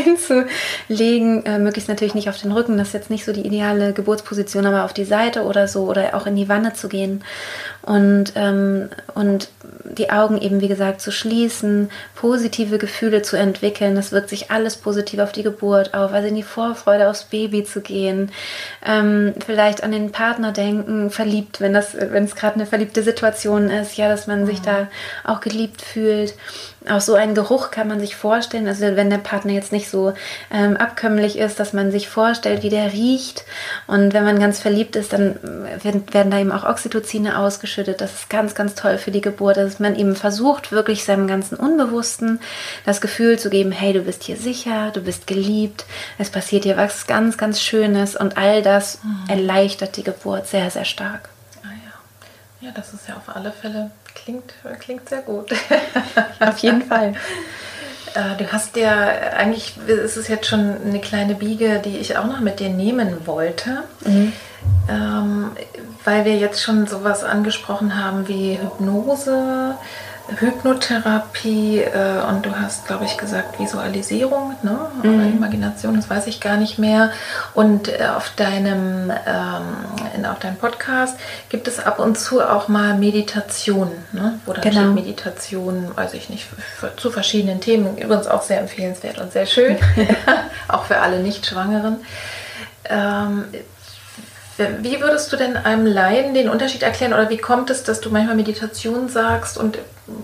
hinzulegen, äh, möglichst natürlich nicht auf den Rücken, das ist jetzt nicht so die ideale Geburtsposition, aber auf die Seite oder so oder auch in die Wanne zu gehen und, ähm, und die Augen eben, wie gesagt, zu schließen, positive Gefühle zu entwickeln, das wirkt sich alles positiv auf die Geburt auf, also in die Vorfreude aufs Baby zu gehen, ähm, vielleicht an den Partner denken, verliebt, wenn das, wenn es gerade eine verliebte Situation ist, ja, dass man mhm. sich da auch geliebt fühlt. Auch so einen Geruch kann man sich vorstellen, also wenn der Partner jetzt nicht so ähm, abkömmlich ist, dass man sich vorstellt, wie der riecht. Und wenn man ganz verliebt ist, dann werden, werden da eben auch Oxytocine ausgeschüttet. Das ist ganz, ganz toll für die Geburt, dass man eben versucht, wirklich seinem ganzen Unbewussten das Gefühl zu geben, hey, du bist hier sicher, du bist geliebt, es passiert hier was ganz, ganz Schönes und all das mhm. erleichtert die Geburt sehr, sehr stark. Ah ja. Ja, das ist ja auf alle Fälle Klingt, klingt sehr gut. Auf jeden Fall. Du hast ja, eigentlich ist es jetzt schon eine kleine Biege, die ich auch noch mit dir nehmen wollte, mhm. ähm, weil wir jetzt schon sowas angesprochen haben wie Hypnose, Hypnotherapie äh, und du hast, glaube ich, gesagt Visualisierung, ne? Oder mhm. Imagination, das weiß ich gar nicht mehr. Und äh, auf deinem ähm, in, auf deinem Podcast gibt es ab und zu auch mal Meditation, ne? Wo dann genau. steht Meditation, weiß ich nicht, für, zu verschiedenen Themen, übrigens auch sehr empfehlenswert und sehr schön, auch für alle Nicht-Schwangeren. Ähm, Wie würdest du denn einem Laien den Unterschied erklären oder wie kommt es, dass du manchmal Meditation sagst und,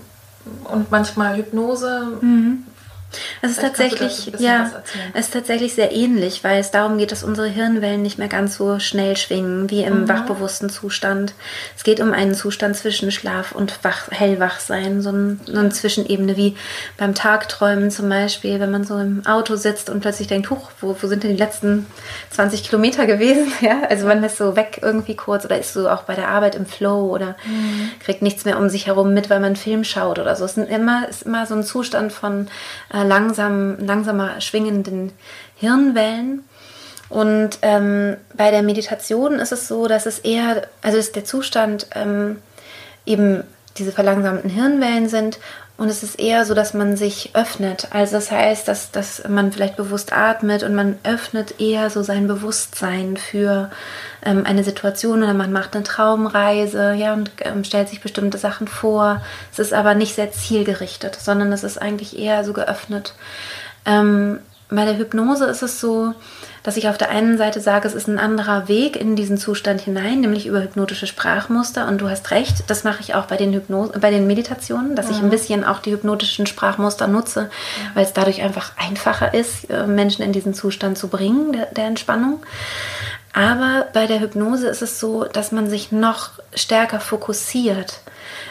und manchmal Hypnose? Mhm. Es ist tatsächlich, ja, es ist tatsächlich sehr ähnlich, weil es darum geht, dass unsere Hirnwellen nicht mehr ganz so schnell schwingen wie im mhm. wachbewussten Zustand. Es geht um einen Zustand zwischen Schlaf und Wach, Hellwachsein, so, ein, so eine Zwischenebene wie beim Tagträumen zum Beispiel, wenn man so im Auto sitzt und plötzlich denkt, huch, wo, wo sind denn die letzten zwanzig Kilometer gewesen? Ja, also man ist so weg irgendwie kurz oder ist so auch bei der Arbeit im Flow oder mhm. kriegt nichts mehr um sich herum mit, weil man einen Film schaut oder so. Es ist immer, ist immer so ein Zustand von äh, langsam, langsamer schwingenden Hirnwellen. Und ähm, bei der Meditation ist es so, dass es eher, also ist der Zustand ähm, eben diese verlangsamten Hirnwellen sind. Und es ist eher so, dass man sich öffnet. Also das heißt, dass, dass man vielleicht bewusst atmet und man öffnet eher so sein Bewusstsein für ähm, eine Situation oder man macht eine Traumreise, ja, und ähm, stellt sich bestimmte Sachen vor. Es ist aber nicht sehr zielgerichtet, sondern es ist eigentlich eher so geöffnet. Ähm, bei der Hypnose ist es so, dass ich auf der einen Seite sage, es ist ein anderer Weg in diesen Zustand hinein, nämlich über hypnotische Sprachmuster. Und du hast recht, das mache ich auch bei den, Hypnose, bei den Meditationen, dass mhm. ich ein bisschen auch die hypnotischen Sprachmuster nutze, ja. weil es dadurch einfach einfacher ist, Menschen in diesen Zustand zu bringen, der, der Entspannung. Aber bei der Hypnose ist es so, dass man sich noch stärker fokussiert.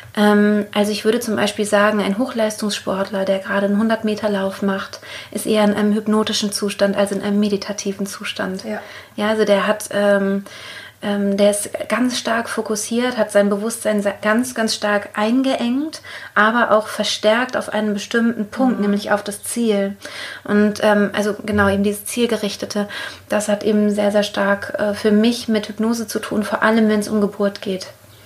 Also ich würde zum Beispiel sagen, ein Hochleistungssportler, der gerade einen hundert-Meter-Lauf macht, ist eher in einem hypnotischen Zustand als in einem meditativen Zustand. Ja, ja also der hat, ähm, ähm, der ist ganz stark fokussiert, hat sein Bewusstsein ganz, ganz stark eingeengt, aber auch verstärkt auf einen bestimmten Punkt, mhm. nämlich auf das Ziel. Und ähm, also genau, eben dieses Zielgerichtete, das hat eben sehr, sehr stark äh, für mich mit Hypnose zu tun, vor allem wenn es um Geburt geht.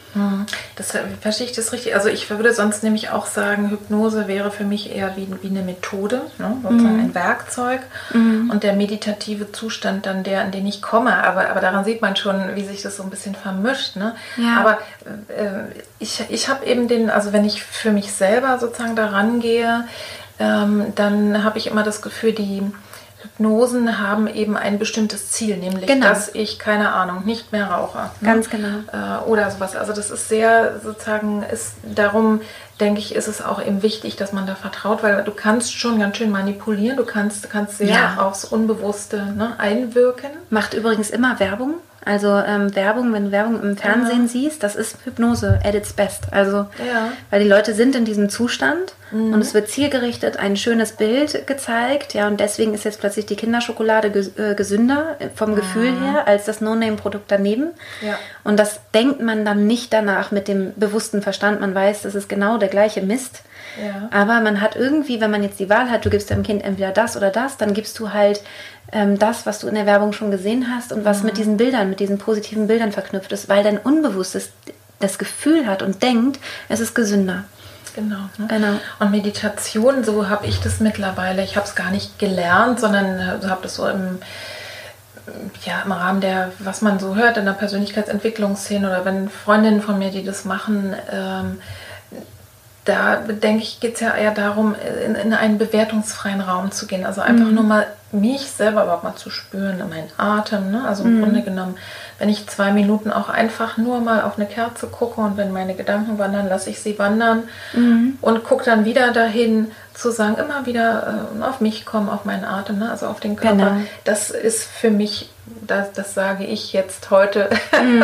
Das verstehe ich das richtig. Also ich würde sonst nämlich auch sagen, Hypnose wäre für mich eher wie, wie eine Methode, ne? sozusagen mhm. ein Werkzeug mhm. und der meditative Zustand dann der, an den ich komme. Aber, aber daran sieht man schon, wie sich das so ein bisschen vermischt. Ne? Ja. Aber äh, ich, ich habe eben den, also wenn ich für mich selber sozusagen daran gehe, ähm, dann habe ich immer das Gefühl, die Hypnosen haben eben ein bestimmtes Ziel, nämlich, genau. dass ich, keine Ahnung, nicht mehr rauche. Ganz ne? genau. Äh, oder sowas. Also das ist sehr, sozusagen, ist darum, denke ich, ist es auch eben wichtig, dass man da vertraut, weil du kannst schon ganz schön manipulieren, du kannst, kannst sehr ja. aufs Unbewusste ne, einwirken. Macht übrigens immer Werbung. Also ähm, Werbung, wenn du Werbung im Fernsehen ja. siehst, das ist Hypnose at its best. Also, ja. weil die Leute sind in diesem Zustand mhm. und es wird zielgerichtet ein schönes Bild gezeigt, ja, und deswegen ist jetzt plötzlich die Kinderschokolade ges- äh, gesünder vom mhm. Gefühl her als das No-Name-Produkt daneben. Ja. Und das denkt man dann nicht danach mit dem bewussten Verstand. Man weiß, das ist genau der gleiche Mist. Ja. Aber man hat irgendwie, wenn man jetzt die Wahl hat, du gibst deinem Kind entweder das oder das, dann gibst du halt ähm, das, was du in der Werbung schon gesehen hast und was mhm. mit diesen Bildern, mit diesen positiven Bildern verknüpft ist, weil dein Unbewusstes das Gefühl hat und denkt, es ist gesünder. Genau, ne? genau. Und Meditation, so habe ich das mittlerweile, ich habe es gar nicht gelernt, sondern äh, habe das so im ja, im Rahmen der, was man so hört in der Persönlichkeitsentwicklungsszene oder wenn Freundinnen von mir, die das machen, ähm, da denke ich, geht es ja eher darum, in, in einen bewertungsfreien Raum zu gehen. Also einfach mhm. nur mal mich selber überhaupt mal zu spüren, meinen Atem. Ne? Also im mhm. Grunde genommen, wenn ich zwei Minuten auch einfach nur mal auf eine Kerze gucke und wenn meine Gedanken wandern, lasse ich sie wandern mhm. und gucke dann wieder dahin, zu sagen, immer wieder äh, auf mich kommen, auf meinen Atem, ne? Also auf den Körper. Genau. Das ist für mich, das, das sage ich jetzt heute, mhm.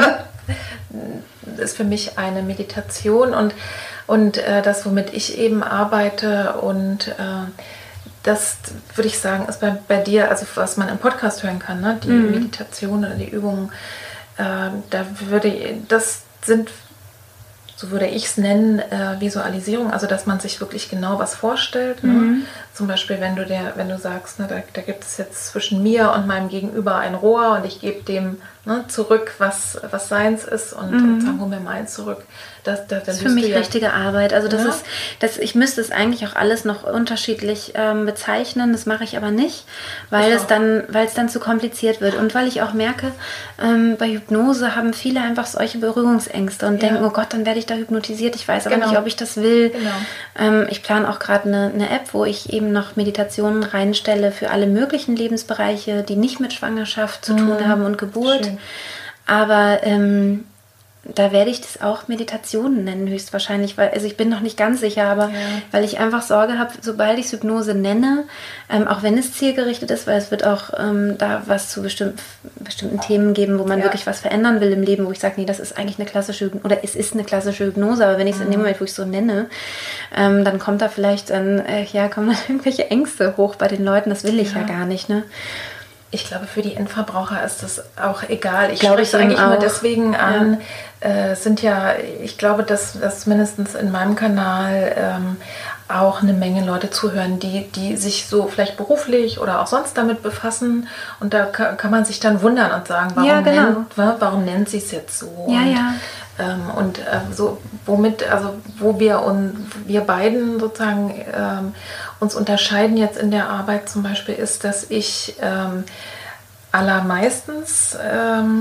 ist für mich eine Meditation und Und äh, das, womit ich eben arbeite und äh, das würde ich sagen, ist bei, bei dir, also was man im Podcast hören kann, ne? Die mhm. Meditation oder die Übungen, äh, da würde das sind, so würde ich es nennen, äh, Visualisierung, also dass man sich wirklich genau was vorstellt. Ne? Mhm. Zum Beispiel, wenn du der, wenn du sagst, ne, da, da gibt es jetzt zwischen mir und meinem Gegenüber ein Rohr und ich gebe dem ne, zurück, was, was seins ist und, mhm. und sagen, hol mir meins zurück. Das, das, das ist für mich ja richtige Arbeit. Also das ja. ist, das, ich müsste es eigentlich auch alles noch unterschiedlich ähm, bezeichnen. Das mache ich aber nicht, weil es dann, weil es dann zu kompliziert wird und weil ich auch merke, ähm, bei Hypnose haben viele einfach solche Berührungsängste und ja. denken, oh Gott, dann werde ich da hypnotisiert. Ich weiß aber genau. nicht, ob ich das will. Genau. Ähm, ich plane auch gerade eine, eine App, wo ich eben noch Meditationen reinstelle für alle möglichen Lebensbereiche, die nicht mit Schwangerschaft zu tun mhm. haben und Geburt. Schön. Aber ähm, da werde ich das auch Meditation nennen, höchstwahrscheinlich, weil, also ich bin noch nicht ganz sicher, aber ja. weil ich einfach Sorge habe, sobald ich es Hypnose nenne, ähm, auch wenn es zielgerichtet ist, weil es wird auch ähm, da was zu bestimmten, bestimmten Themen geben, wo man ja. wirklich was verändern will im Leben, wo ich sage, nee, das ist eigentlich eine klassische Hypnose, oder es ist eine klassische Hypnose, aber wenn ich es mhm. in dem Moment, wo ich es so nenne, ähm, dann kommt da vielleicht dann, äh, ja, kommen dann irgendwelche Ängste hoch bei den Leuten, das will ich ja, ja gar nicht, ne? Ich glaube, für die Endverbraucher ist das auch egal. Ich glaube, ich eigentlich auch. Nur deswegen an, ja. äh, sind ja, ich glaube, dass, dass mindestens in meinem Kanal ähm, auch eine Menge Leute zuhören, die, die sich so vielleicht beruflich oder auch sonst damit befassen. Und da kann, kann man sich dann wundern und sagen, warum, ja, genau. nennt, warum nennt sie es jetzt so? Ja, und, ja. Ähm, und äh, so, womit, also wo wir und wir beiden sozusagen ähm, uns unterscheiden jetzt in der Arbeit zum Beispiel, ist, dass ich ähm, allermeistens ähm,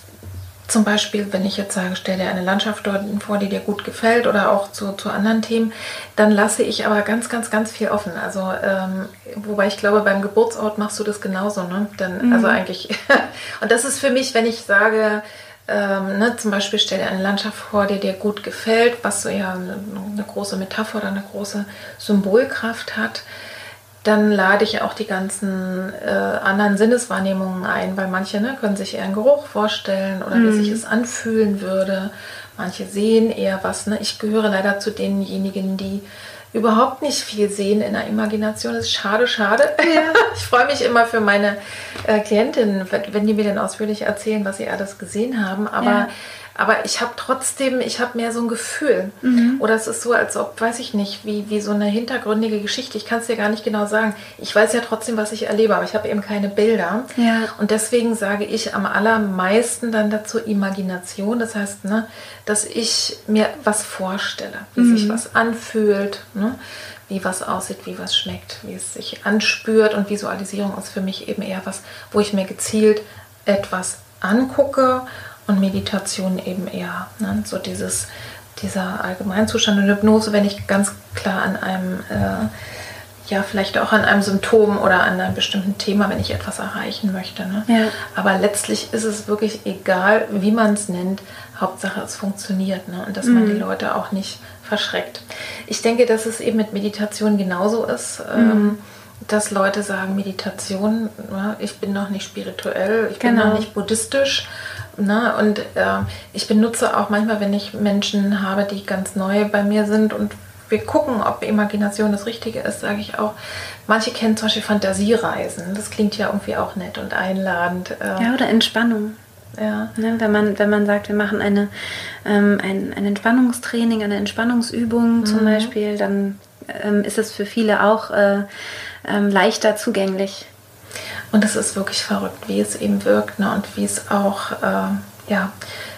zum Beispiel, wenn ich jetzt sage, stell dir eine Landschaft dort vor, die dir gut gefällt oder auch zu, zu anderen Themen, dann lasse ich aber ganz, ganz, ganz viel offen. Also, ähm, wobei ich glaube, beim Geburtsort machst du das genauso, ne? Dann, mhm. Also eigentlich, und das ist für mich, wenn ich sage, ähm, ne, zum Beispiel stell dir eine Landschaft vor, die dir gut gefällt, was so ja eine, eine große Metapher oder eine große Symbolkraft hat, dann lade ich auch die ganzen äh, anderen Sinneswahrnehmungen ein, weil manche ne, können sich eher einen Geruch vorstellen oder mhm. wie sich es anfühlen würde. Manche sehen eher was. Ne? Ich gehöre leider zu denjenigen, die überhaupt nicht viel sehen in der Imagination. Das ist schade, schade. Ja. Ich freue mich immer für meine äh, Klientinnen, wenn die mir dann ausführlich erzählen, was sie alles gesehen haben. Aber ja. Aber ich habe trotzdem, ich habe mehr so ein Gefühl. Mhm. Oder es ist so, als ob, weiß ich nicht, wie, wie so eine hintergründige Geschichte. Ich kann es dir gar nicht genau sagen. Ich weiß ja trotzdem, was ich erlebe, aber ich habe eben keine Bilder. Ja. Und deswegen sage ich am allermeisten dann dazu Imagination. Das heißt, ne, dass ich mir was vorstelle, wie mhm. sich was anfühlt, ne, wie was aussieht, wie was schmeckt, wie es sich anspürt. Und Visualisierung ist für mich eben eher was, wo ich mir gezielt etwas angucke. Und Meditation eben eher, ne? So dieses, dieser Allgemeinzustand und Hypnose, wenn ich ganz klar an einem, äh, ja vielleicht auch an einem Symptom oder an einem bestimmten Thema, wenn ich etwas erreichen möchte. Ne? Ja. Aber letztlich ist es wirklich egal, wie man es nennt, Hauptsache es funktioniert, ne? Und dass mhm. man die Leute auch nicht verschreckt. Ich denke, dass es eben mit Meditation genauso ist, mhm. ähm, dass Leute sagen, Meditation, ja, ich bin noch nicht spirituell, ich bin genau. noch nicht buddhistisch. Na, und äh, ich benutze auch manchmal, wenn ich Menschen habe, die ganz neu bei mir sind und wir gucken, ob Imagination das Richtige ist, sage ich auch, manche kennen zum Beispiel Fantasiereisen. Das klingt ja irgendwie auch nett und einladend. Äh, ja, oder Entspannung. Ja. Ne, wenn man, wenn man sagt, wir machen eine, ähm, ein, ein Entspannungstraining, eine Entspannungsübung mhm. zum Beispiel, dann ähm, ist es für viele auch äh, ähm, leichter zugänglich. Und es ist wirklich verrückt, wie es eben wirkt, ne? Und wie es auch, äh, ja,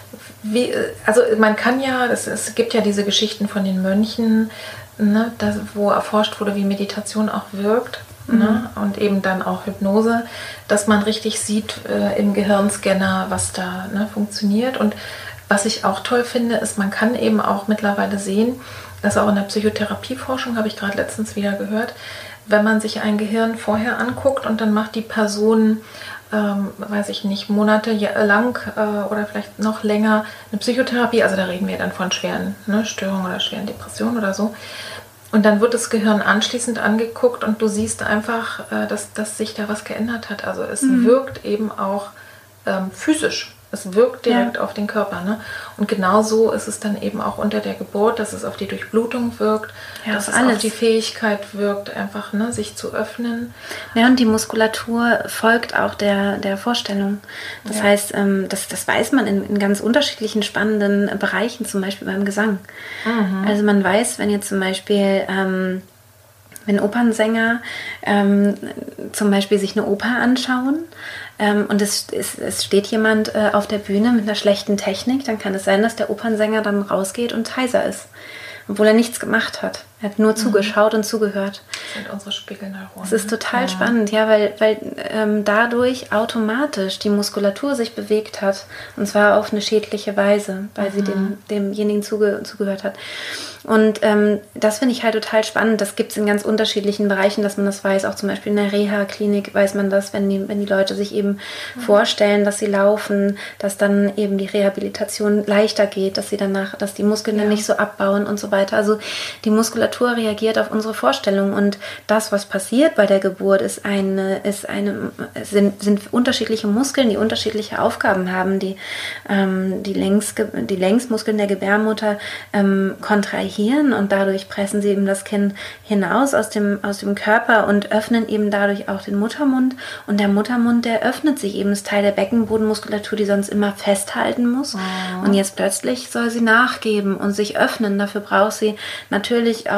wie, also man kann ja, es, es gibt ja diese Geschichten von den Mönchen, ne? Das, wo erforscht wurde, wie Meditation auch wirkt, mhm. ne? Und eben dann auch Hypnose, dass man richtig sieht äh, im Gehirnscanner, was da ne, funktioniert. Und was ich auch toll finde, ist, man kann eben auch mittlerweile sehen, das auch in der Psychotherapieforschung, habe ich gerade letztens wieder gehört, wenn man sich ein Gehirn vorher anguckt und dann macht die Person, ähm, weiß ich nicht, Monate lang äh, oder vielleicht noch länger eine Psychotherapie, also da reden wir dann von schweren ne, Störungen oder schweren Depressionen oder so. Und dann wird das Gehirn anschließend angeguckt und du siehst einfach, äh, dass, dass sich da was geändert hat. Also es mhm. wirkt eben auch ähm, physisch. Es wirkt direkt ja. auf den Körper. Ne? Und genau so ist es dann eben auch unter der Geburt, dass es auf die Durchblutung wirkt, ja, dass es alles. auf die Fähigkeit wirkt, einfach ne, sich zu öffnen. Ja, und die Muskulatur folgt auch der, der Vorstellung. Das ja. heißt, ähm, das, das weiß man in, in ganz unterschiedlichen spannenden Bereichen, zum Beispiel beim Gesang. Mhm. Also man weiß, wenn jetzt zum Beispiel... Ähm, wenn Opernsänger ähm, zum Beispiel sich eine Oper anschauen ähm, und es, es, es steht jemand äh, auf der Bühne mit einer schlechten Technik, dann kann es sein, dass der Opernsänger dann rausgeht und heiser ist, obwohl er nichts gemacht hat. Er hat nur mhm. zugeschaut und zugehört. Das sind unsere Spiegelneuronen. Das ist total ja. spannend, ja, weil, weil ähm, dadurch automatisch die Muskulatur sich bewegt hat und zwar auf eine schädliche Weise, weil mhm. sie dem, demjenigen zuge, zugehört hat. Und ähm, das finde ich halt total spannend. Das gibt es in ganz unterschiedlichen Bereichen, dass man das weiß. Auch zum Beispiel in der Reha-Klinik weiß man das, wenn die, wenn die Leute sich eben mhm. vorstellen, dass sie laufen, dass dann eben die Rehabilitation leichter geht, dass sie danach, dass die Muskeln ja. dann nicht so abbauen und so weiter. Also die Muskulatur reagiert auf unsere Vorstellung und das, was passiert bei der Geburt, ist eine, ist eine, sind, sind unterschiedliche Muskeln, die unterschiedliche Aufgaben haben, die ähm, die, Längs, die Längsmuskeln der Gebärmutter ähm, kontrahieren und dadurch pressen sie eben das Kind hinaus aus dem, aus dem Körper und öffnen eben dadurch auch den Muttermund und der Muttermund, der öffnet sich eben, das Teil der Beckenbodenmuskulatur, die sonst immer festhalten muss oh. und jetzt plötzlich soll sie nachgeben und sich öffnen. Dafür braucht sie natürlich auch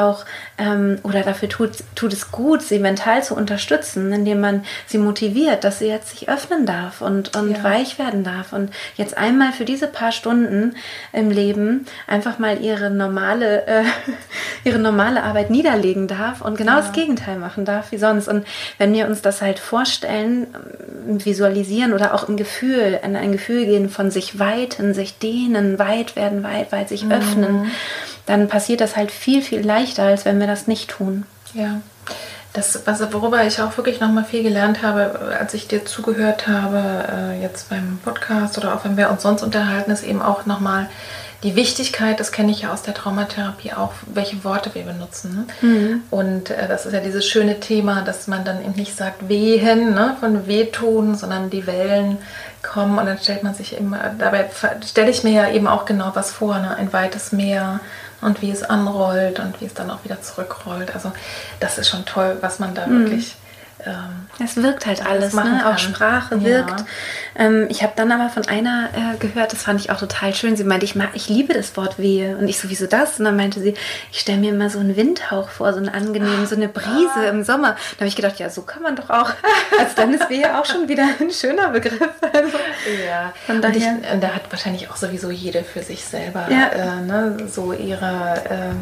auch, ähm, oder dafür tut, tut es gut, sie mental zu unterstützen, indem man sie motiviert, dass sie jetzt sich öffnen darf und, und ja. weich werden darf und jetzt einmal für diese paar Stunden im Leben einfach mal ihre normale, äh, ihre normale Arbeit niederlegen darf und genau ja. das Gegenteil machen darf wie sonst. Und wenn wir uns das halt vorstellen, visualisieren oder auch im Gefühl, in ein Gefühl gehen von sich weiten, sich dehnen, weit werden, weit, weit sich mhm. öffnen, dann passiert das halt viel, viel leichter, als wenn wir das nicht tun. Ja, das, was, worüber ich auch wirklich nochmal viel gelernt habe, als ich dir zugehört habe, äh, jetzt beim Podcast oder auch wenn wir uns sonst unterhalten, ist eben auch nochmal die Wichtigkeit, das kenne ich ja aus der Traumatherapie auch, welche Worte wir benutzen. Ne? Mhm. Und äh, das ist ja dieses schöne Thema, dass man dann eben nicht sagt Wehen, ne, von Wehtun, sondern die Wellen kommen und dann stellt man sich immer, dabei stelle ich mir ja eben auch genau was vor, ne? Ein weites Meer und wie es anrollt und wie es dann auch wieder zurückrollt. Also das ist schon toll, was man da mhm. wirklich... Ähm, es wirkt halt alles, ne? Auch Sprache wirkt. Ja. Ähm, ich habe dann aber von einer äh, gehört, das fand ich auch total schön. Sie meinte, ich, mag, ich liebe das Wort Wehe. Und ich so, wieso das? Und dann meinte sie, ich stelle mir immer so einen Windhauch vor, so einen angenehmen, so eine Brise ah. im Sommer. Da habe ich gedacht, ja, so kann man doch auch. Also dann ist Wehe auch schon wieder ein schöner Begriff. Also, ja, von daher. Und, ich, und da hat wahrscheinlich auch sowieso jede für sich selber ja. äh, ne, so ihre,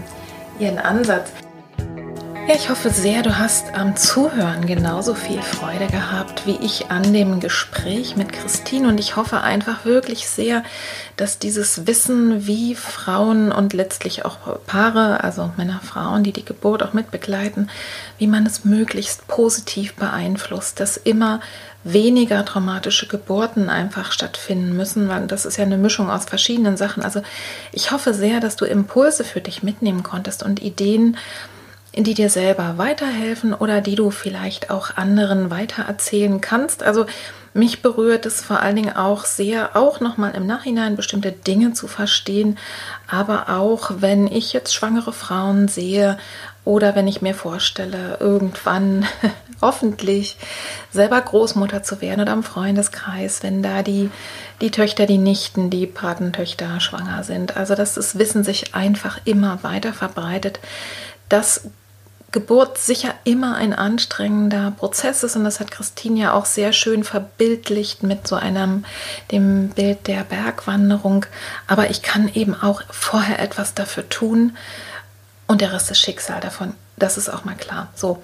äh, ihren Ansatz. Ja, ich hoffe sehr, du hast am Zuhören genauso viel Freude gehabt wie ich an dem Gespräch mit Christine und ich hoffe einfach wirklich sehr, dass dieses Wissen, wie Frauen und letztlich auch Paare, also Männer, Frauen, die die Geburt auch mitbegleiten, wie man es möglichst positiv beeinflusst, dass immer weniger traumatische Geburten einfach stattfinden müssen, weil das ist ja eine Mischung aus verschiedenen Sachen. Also ich hoffe sehr, dass du Impulse für dich mitnehmen konntest und Ideen, die dir selber weiterhelfen oder die du vielleicht auch anderen weitererzählen kannst. Also mich berührt es vor allen Dingen auch sehr, auch nochmal im Nachhinein bestimmte Dinge zu verstehen, aber auch, wenn ich jetzt schwangere Frauen sehe oder wenn ich mir vorstelle, irgendwann hoffentlich selber Großmutter zu werden oder im Freundeskreis, wenn da die, die Töchter, die Nichten, die Patentöchter schwanger sind. Also dass das Wissen sich einfach immer weiter verbreitet, dass Geburt sicher immer ein anstrengender Prozess ist und das hat Christine ja auch sehr schön verbildlicht mit so einem, dem Bild der Bergwanderung, aber ich kann eben auch vorher etwas dafür tun und der Rest ist Schicksal davon, das ist auch mal klar. So,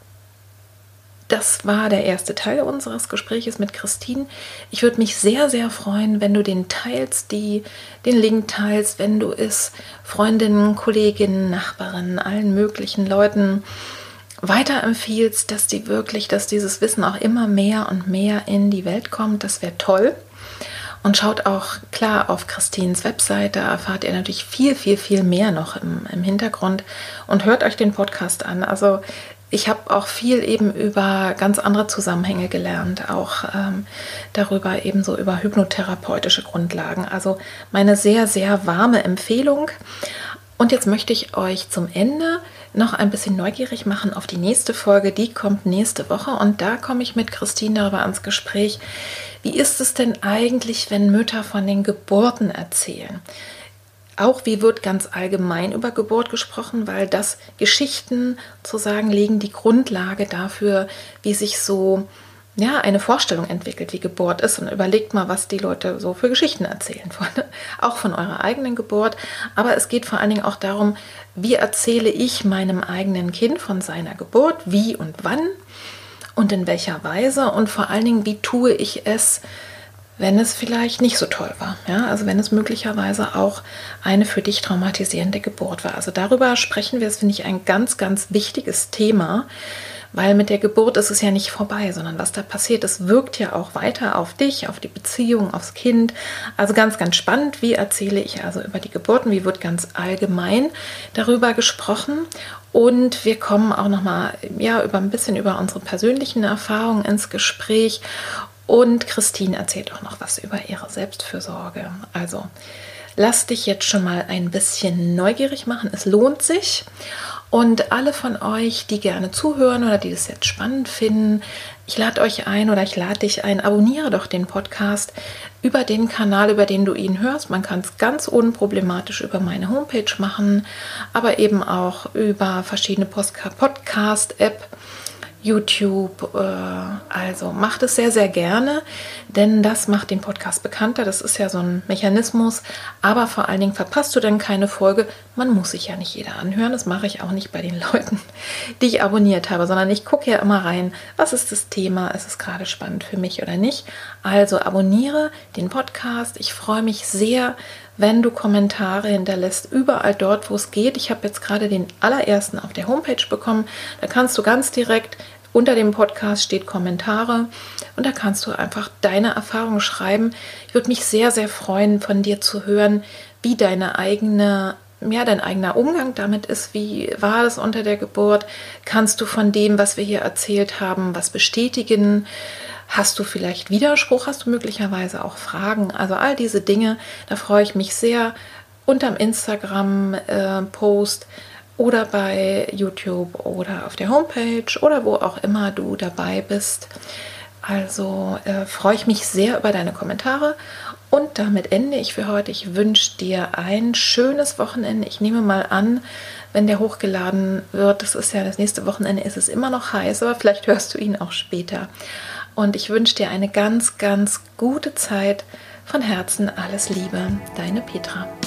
das war der erste Teil unseres Gespräches mit Christine. Ich würde mich sehr, sehr freuen, wenn du den teilst, die, den Link teilst, wenn du es Freundinnen, Kolleginnen, Nachbarinnen, allen möglichen Leuten weiterempfiehlst, dass die wirklich, dass dieses Wissen auch immer mehr und mehr in die Welt kommt. Das wäre toll. Und schaut auch klar auf Christines Webseite, da erfahrt ihr natürlich viel, viel, viel mehr noch im, im Hintergrund und hört euch den Podcast an. Also ich habe auch viel eben über ganz andere Zusammenhänge gelernt, auch ähm, darüber ebenso über hypnotherapeutische Grundlagen. Also meine sehr, sehr warme Empfehlung. Und jetzt möchte ich euch zum Ende noch ein bisschen neugierig machen auf die nächste Folge. Die kommt nächste Woche und da komme ich mit Christine darüber ans Gespräch. Wie ist es denn eigentlich, wenn Mütter von den Geburten erzählen? Auch wie wird ganz allgemein über Geburt gesprochen, weil das Geschichten sozusagen legen die Grundlage dafür, wie sich so ja, eine Vorstellung entwickelt, wie Geburt ist. Und überlegt mal, was die Leute so für Geschichten erzählen, von, auch von eurer eigenen Geburt. Aber es geht vor allen Dingen auch darum, wie erzähle ich meinem eigenen Kind von seiner Geburt, wie und wann und in welcher Weise und vor allen Dingen, wie tue ich es, wenn es vielleicht nicht so toll war. Ja, also wenn es möglicherweise auch eine für dich traumatisierende Geburt war. Also darüber sprechen wir, das finde ich ein ganz, ganz wichtiges Thema, weil mit der Geburt ist es ja nicht vorbei, sondern was da passiert, es wirkt ja auch weiter auf dich, auf die Beziehung, aufs Kind. Also ganz, ganz spannend. Wie erzähle ich also über die Geburten? Wie wird ganz allgemein darüber gesprochen? Und wir kommen auch nochmal ja, über ein bisschen über unsere persönlichen Erfahrungen ins Gespräch. Und Christine erzählt auch noch was über ihre Selbstfürsorge. Also lass dich jetzt schon mal ein bisschen neugierig machen. Es lohnt sich. Und alle von euch, die gerne zuhören oder die das jetzt spannend finden, ich lade euch ein oder ich lade dich ein, abonniere doch den Podcast über den Kanal, über den du ihn hörst. Man kann es ganz unproblematisch über meine Homepage machen, aber eben auch über verschiedene Podcast-App, YouTube, also macht es sehr, sehr gerne, denn das macht den Podcast bekannter, das ist ja so ein Mechanismus, aber vor allen Dingen verpasst du dann keine Folge, man muss sich ja nicht jeder anhören, das mache ich auch nicht bei den Leuten, die ich abonniert habe, sondern ich gucke ja immer rein, was ist das Thema, ist es gerade spannend für mich oder nicht, also abonniere den Podcast, ich freue mich sehr, wenn du Kommentare hinterlässt, überall dort, wo es geht. Ich habe jetzt gerade den allerersten auf der Homepage bekommen. Da kannst du ganz direkt, unter dem Podcast steht Kommentare und da kannst du einfach deine Erfahrungen schreiben. Ich würde mich sehr, sehr freuen, von dir zu hören, wie deine eigene, ja, dein eigener Umgang damit ist. Wie war das unter der Geburt? Kannst du von dem, was wir hier erzählt haben, was bestätigen? Hast du vielleicht Widerspruch? Hast du möglicherweise auch Fragen? Also all diese Dinge, da freue ich mich sehr unterm Instagram-Post oder bei YouTube oder auf der Homepage oder wo auch immer du dabei bist. Also äh, freue ich mich sehr über deine Kommentare und damit ende ich für heute. Ich wünsche dir ein schönes Wochenende. Ich nehme mal an, wenn der hochgeladen wird, das ist ja das nächste Wochenende, ist es immer noch heiß, aber vielleicht hörst du ihn auch später. Und ich wünsche dir eine ganz, ganz gute Zeit. Von Herzen alles Liebe, deine Petra.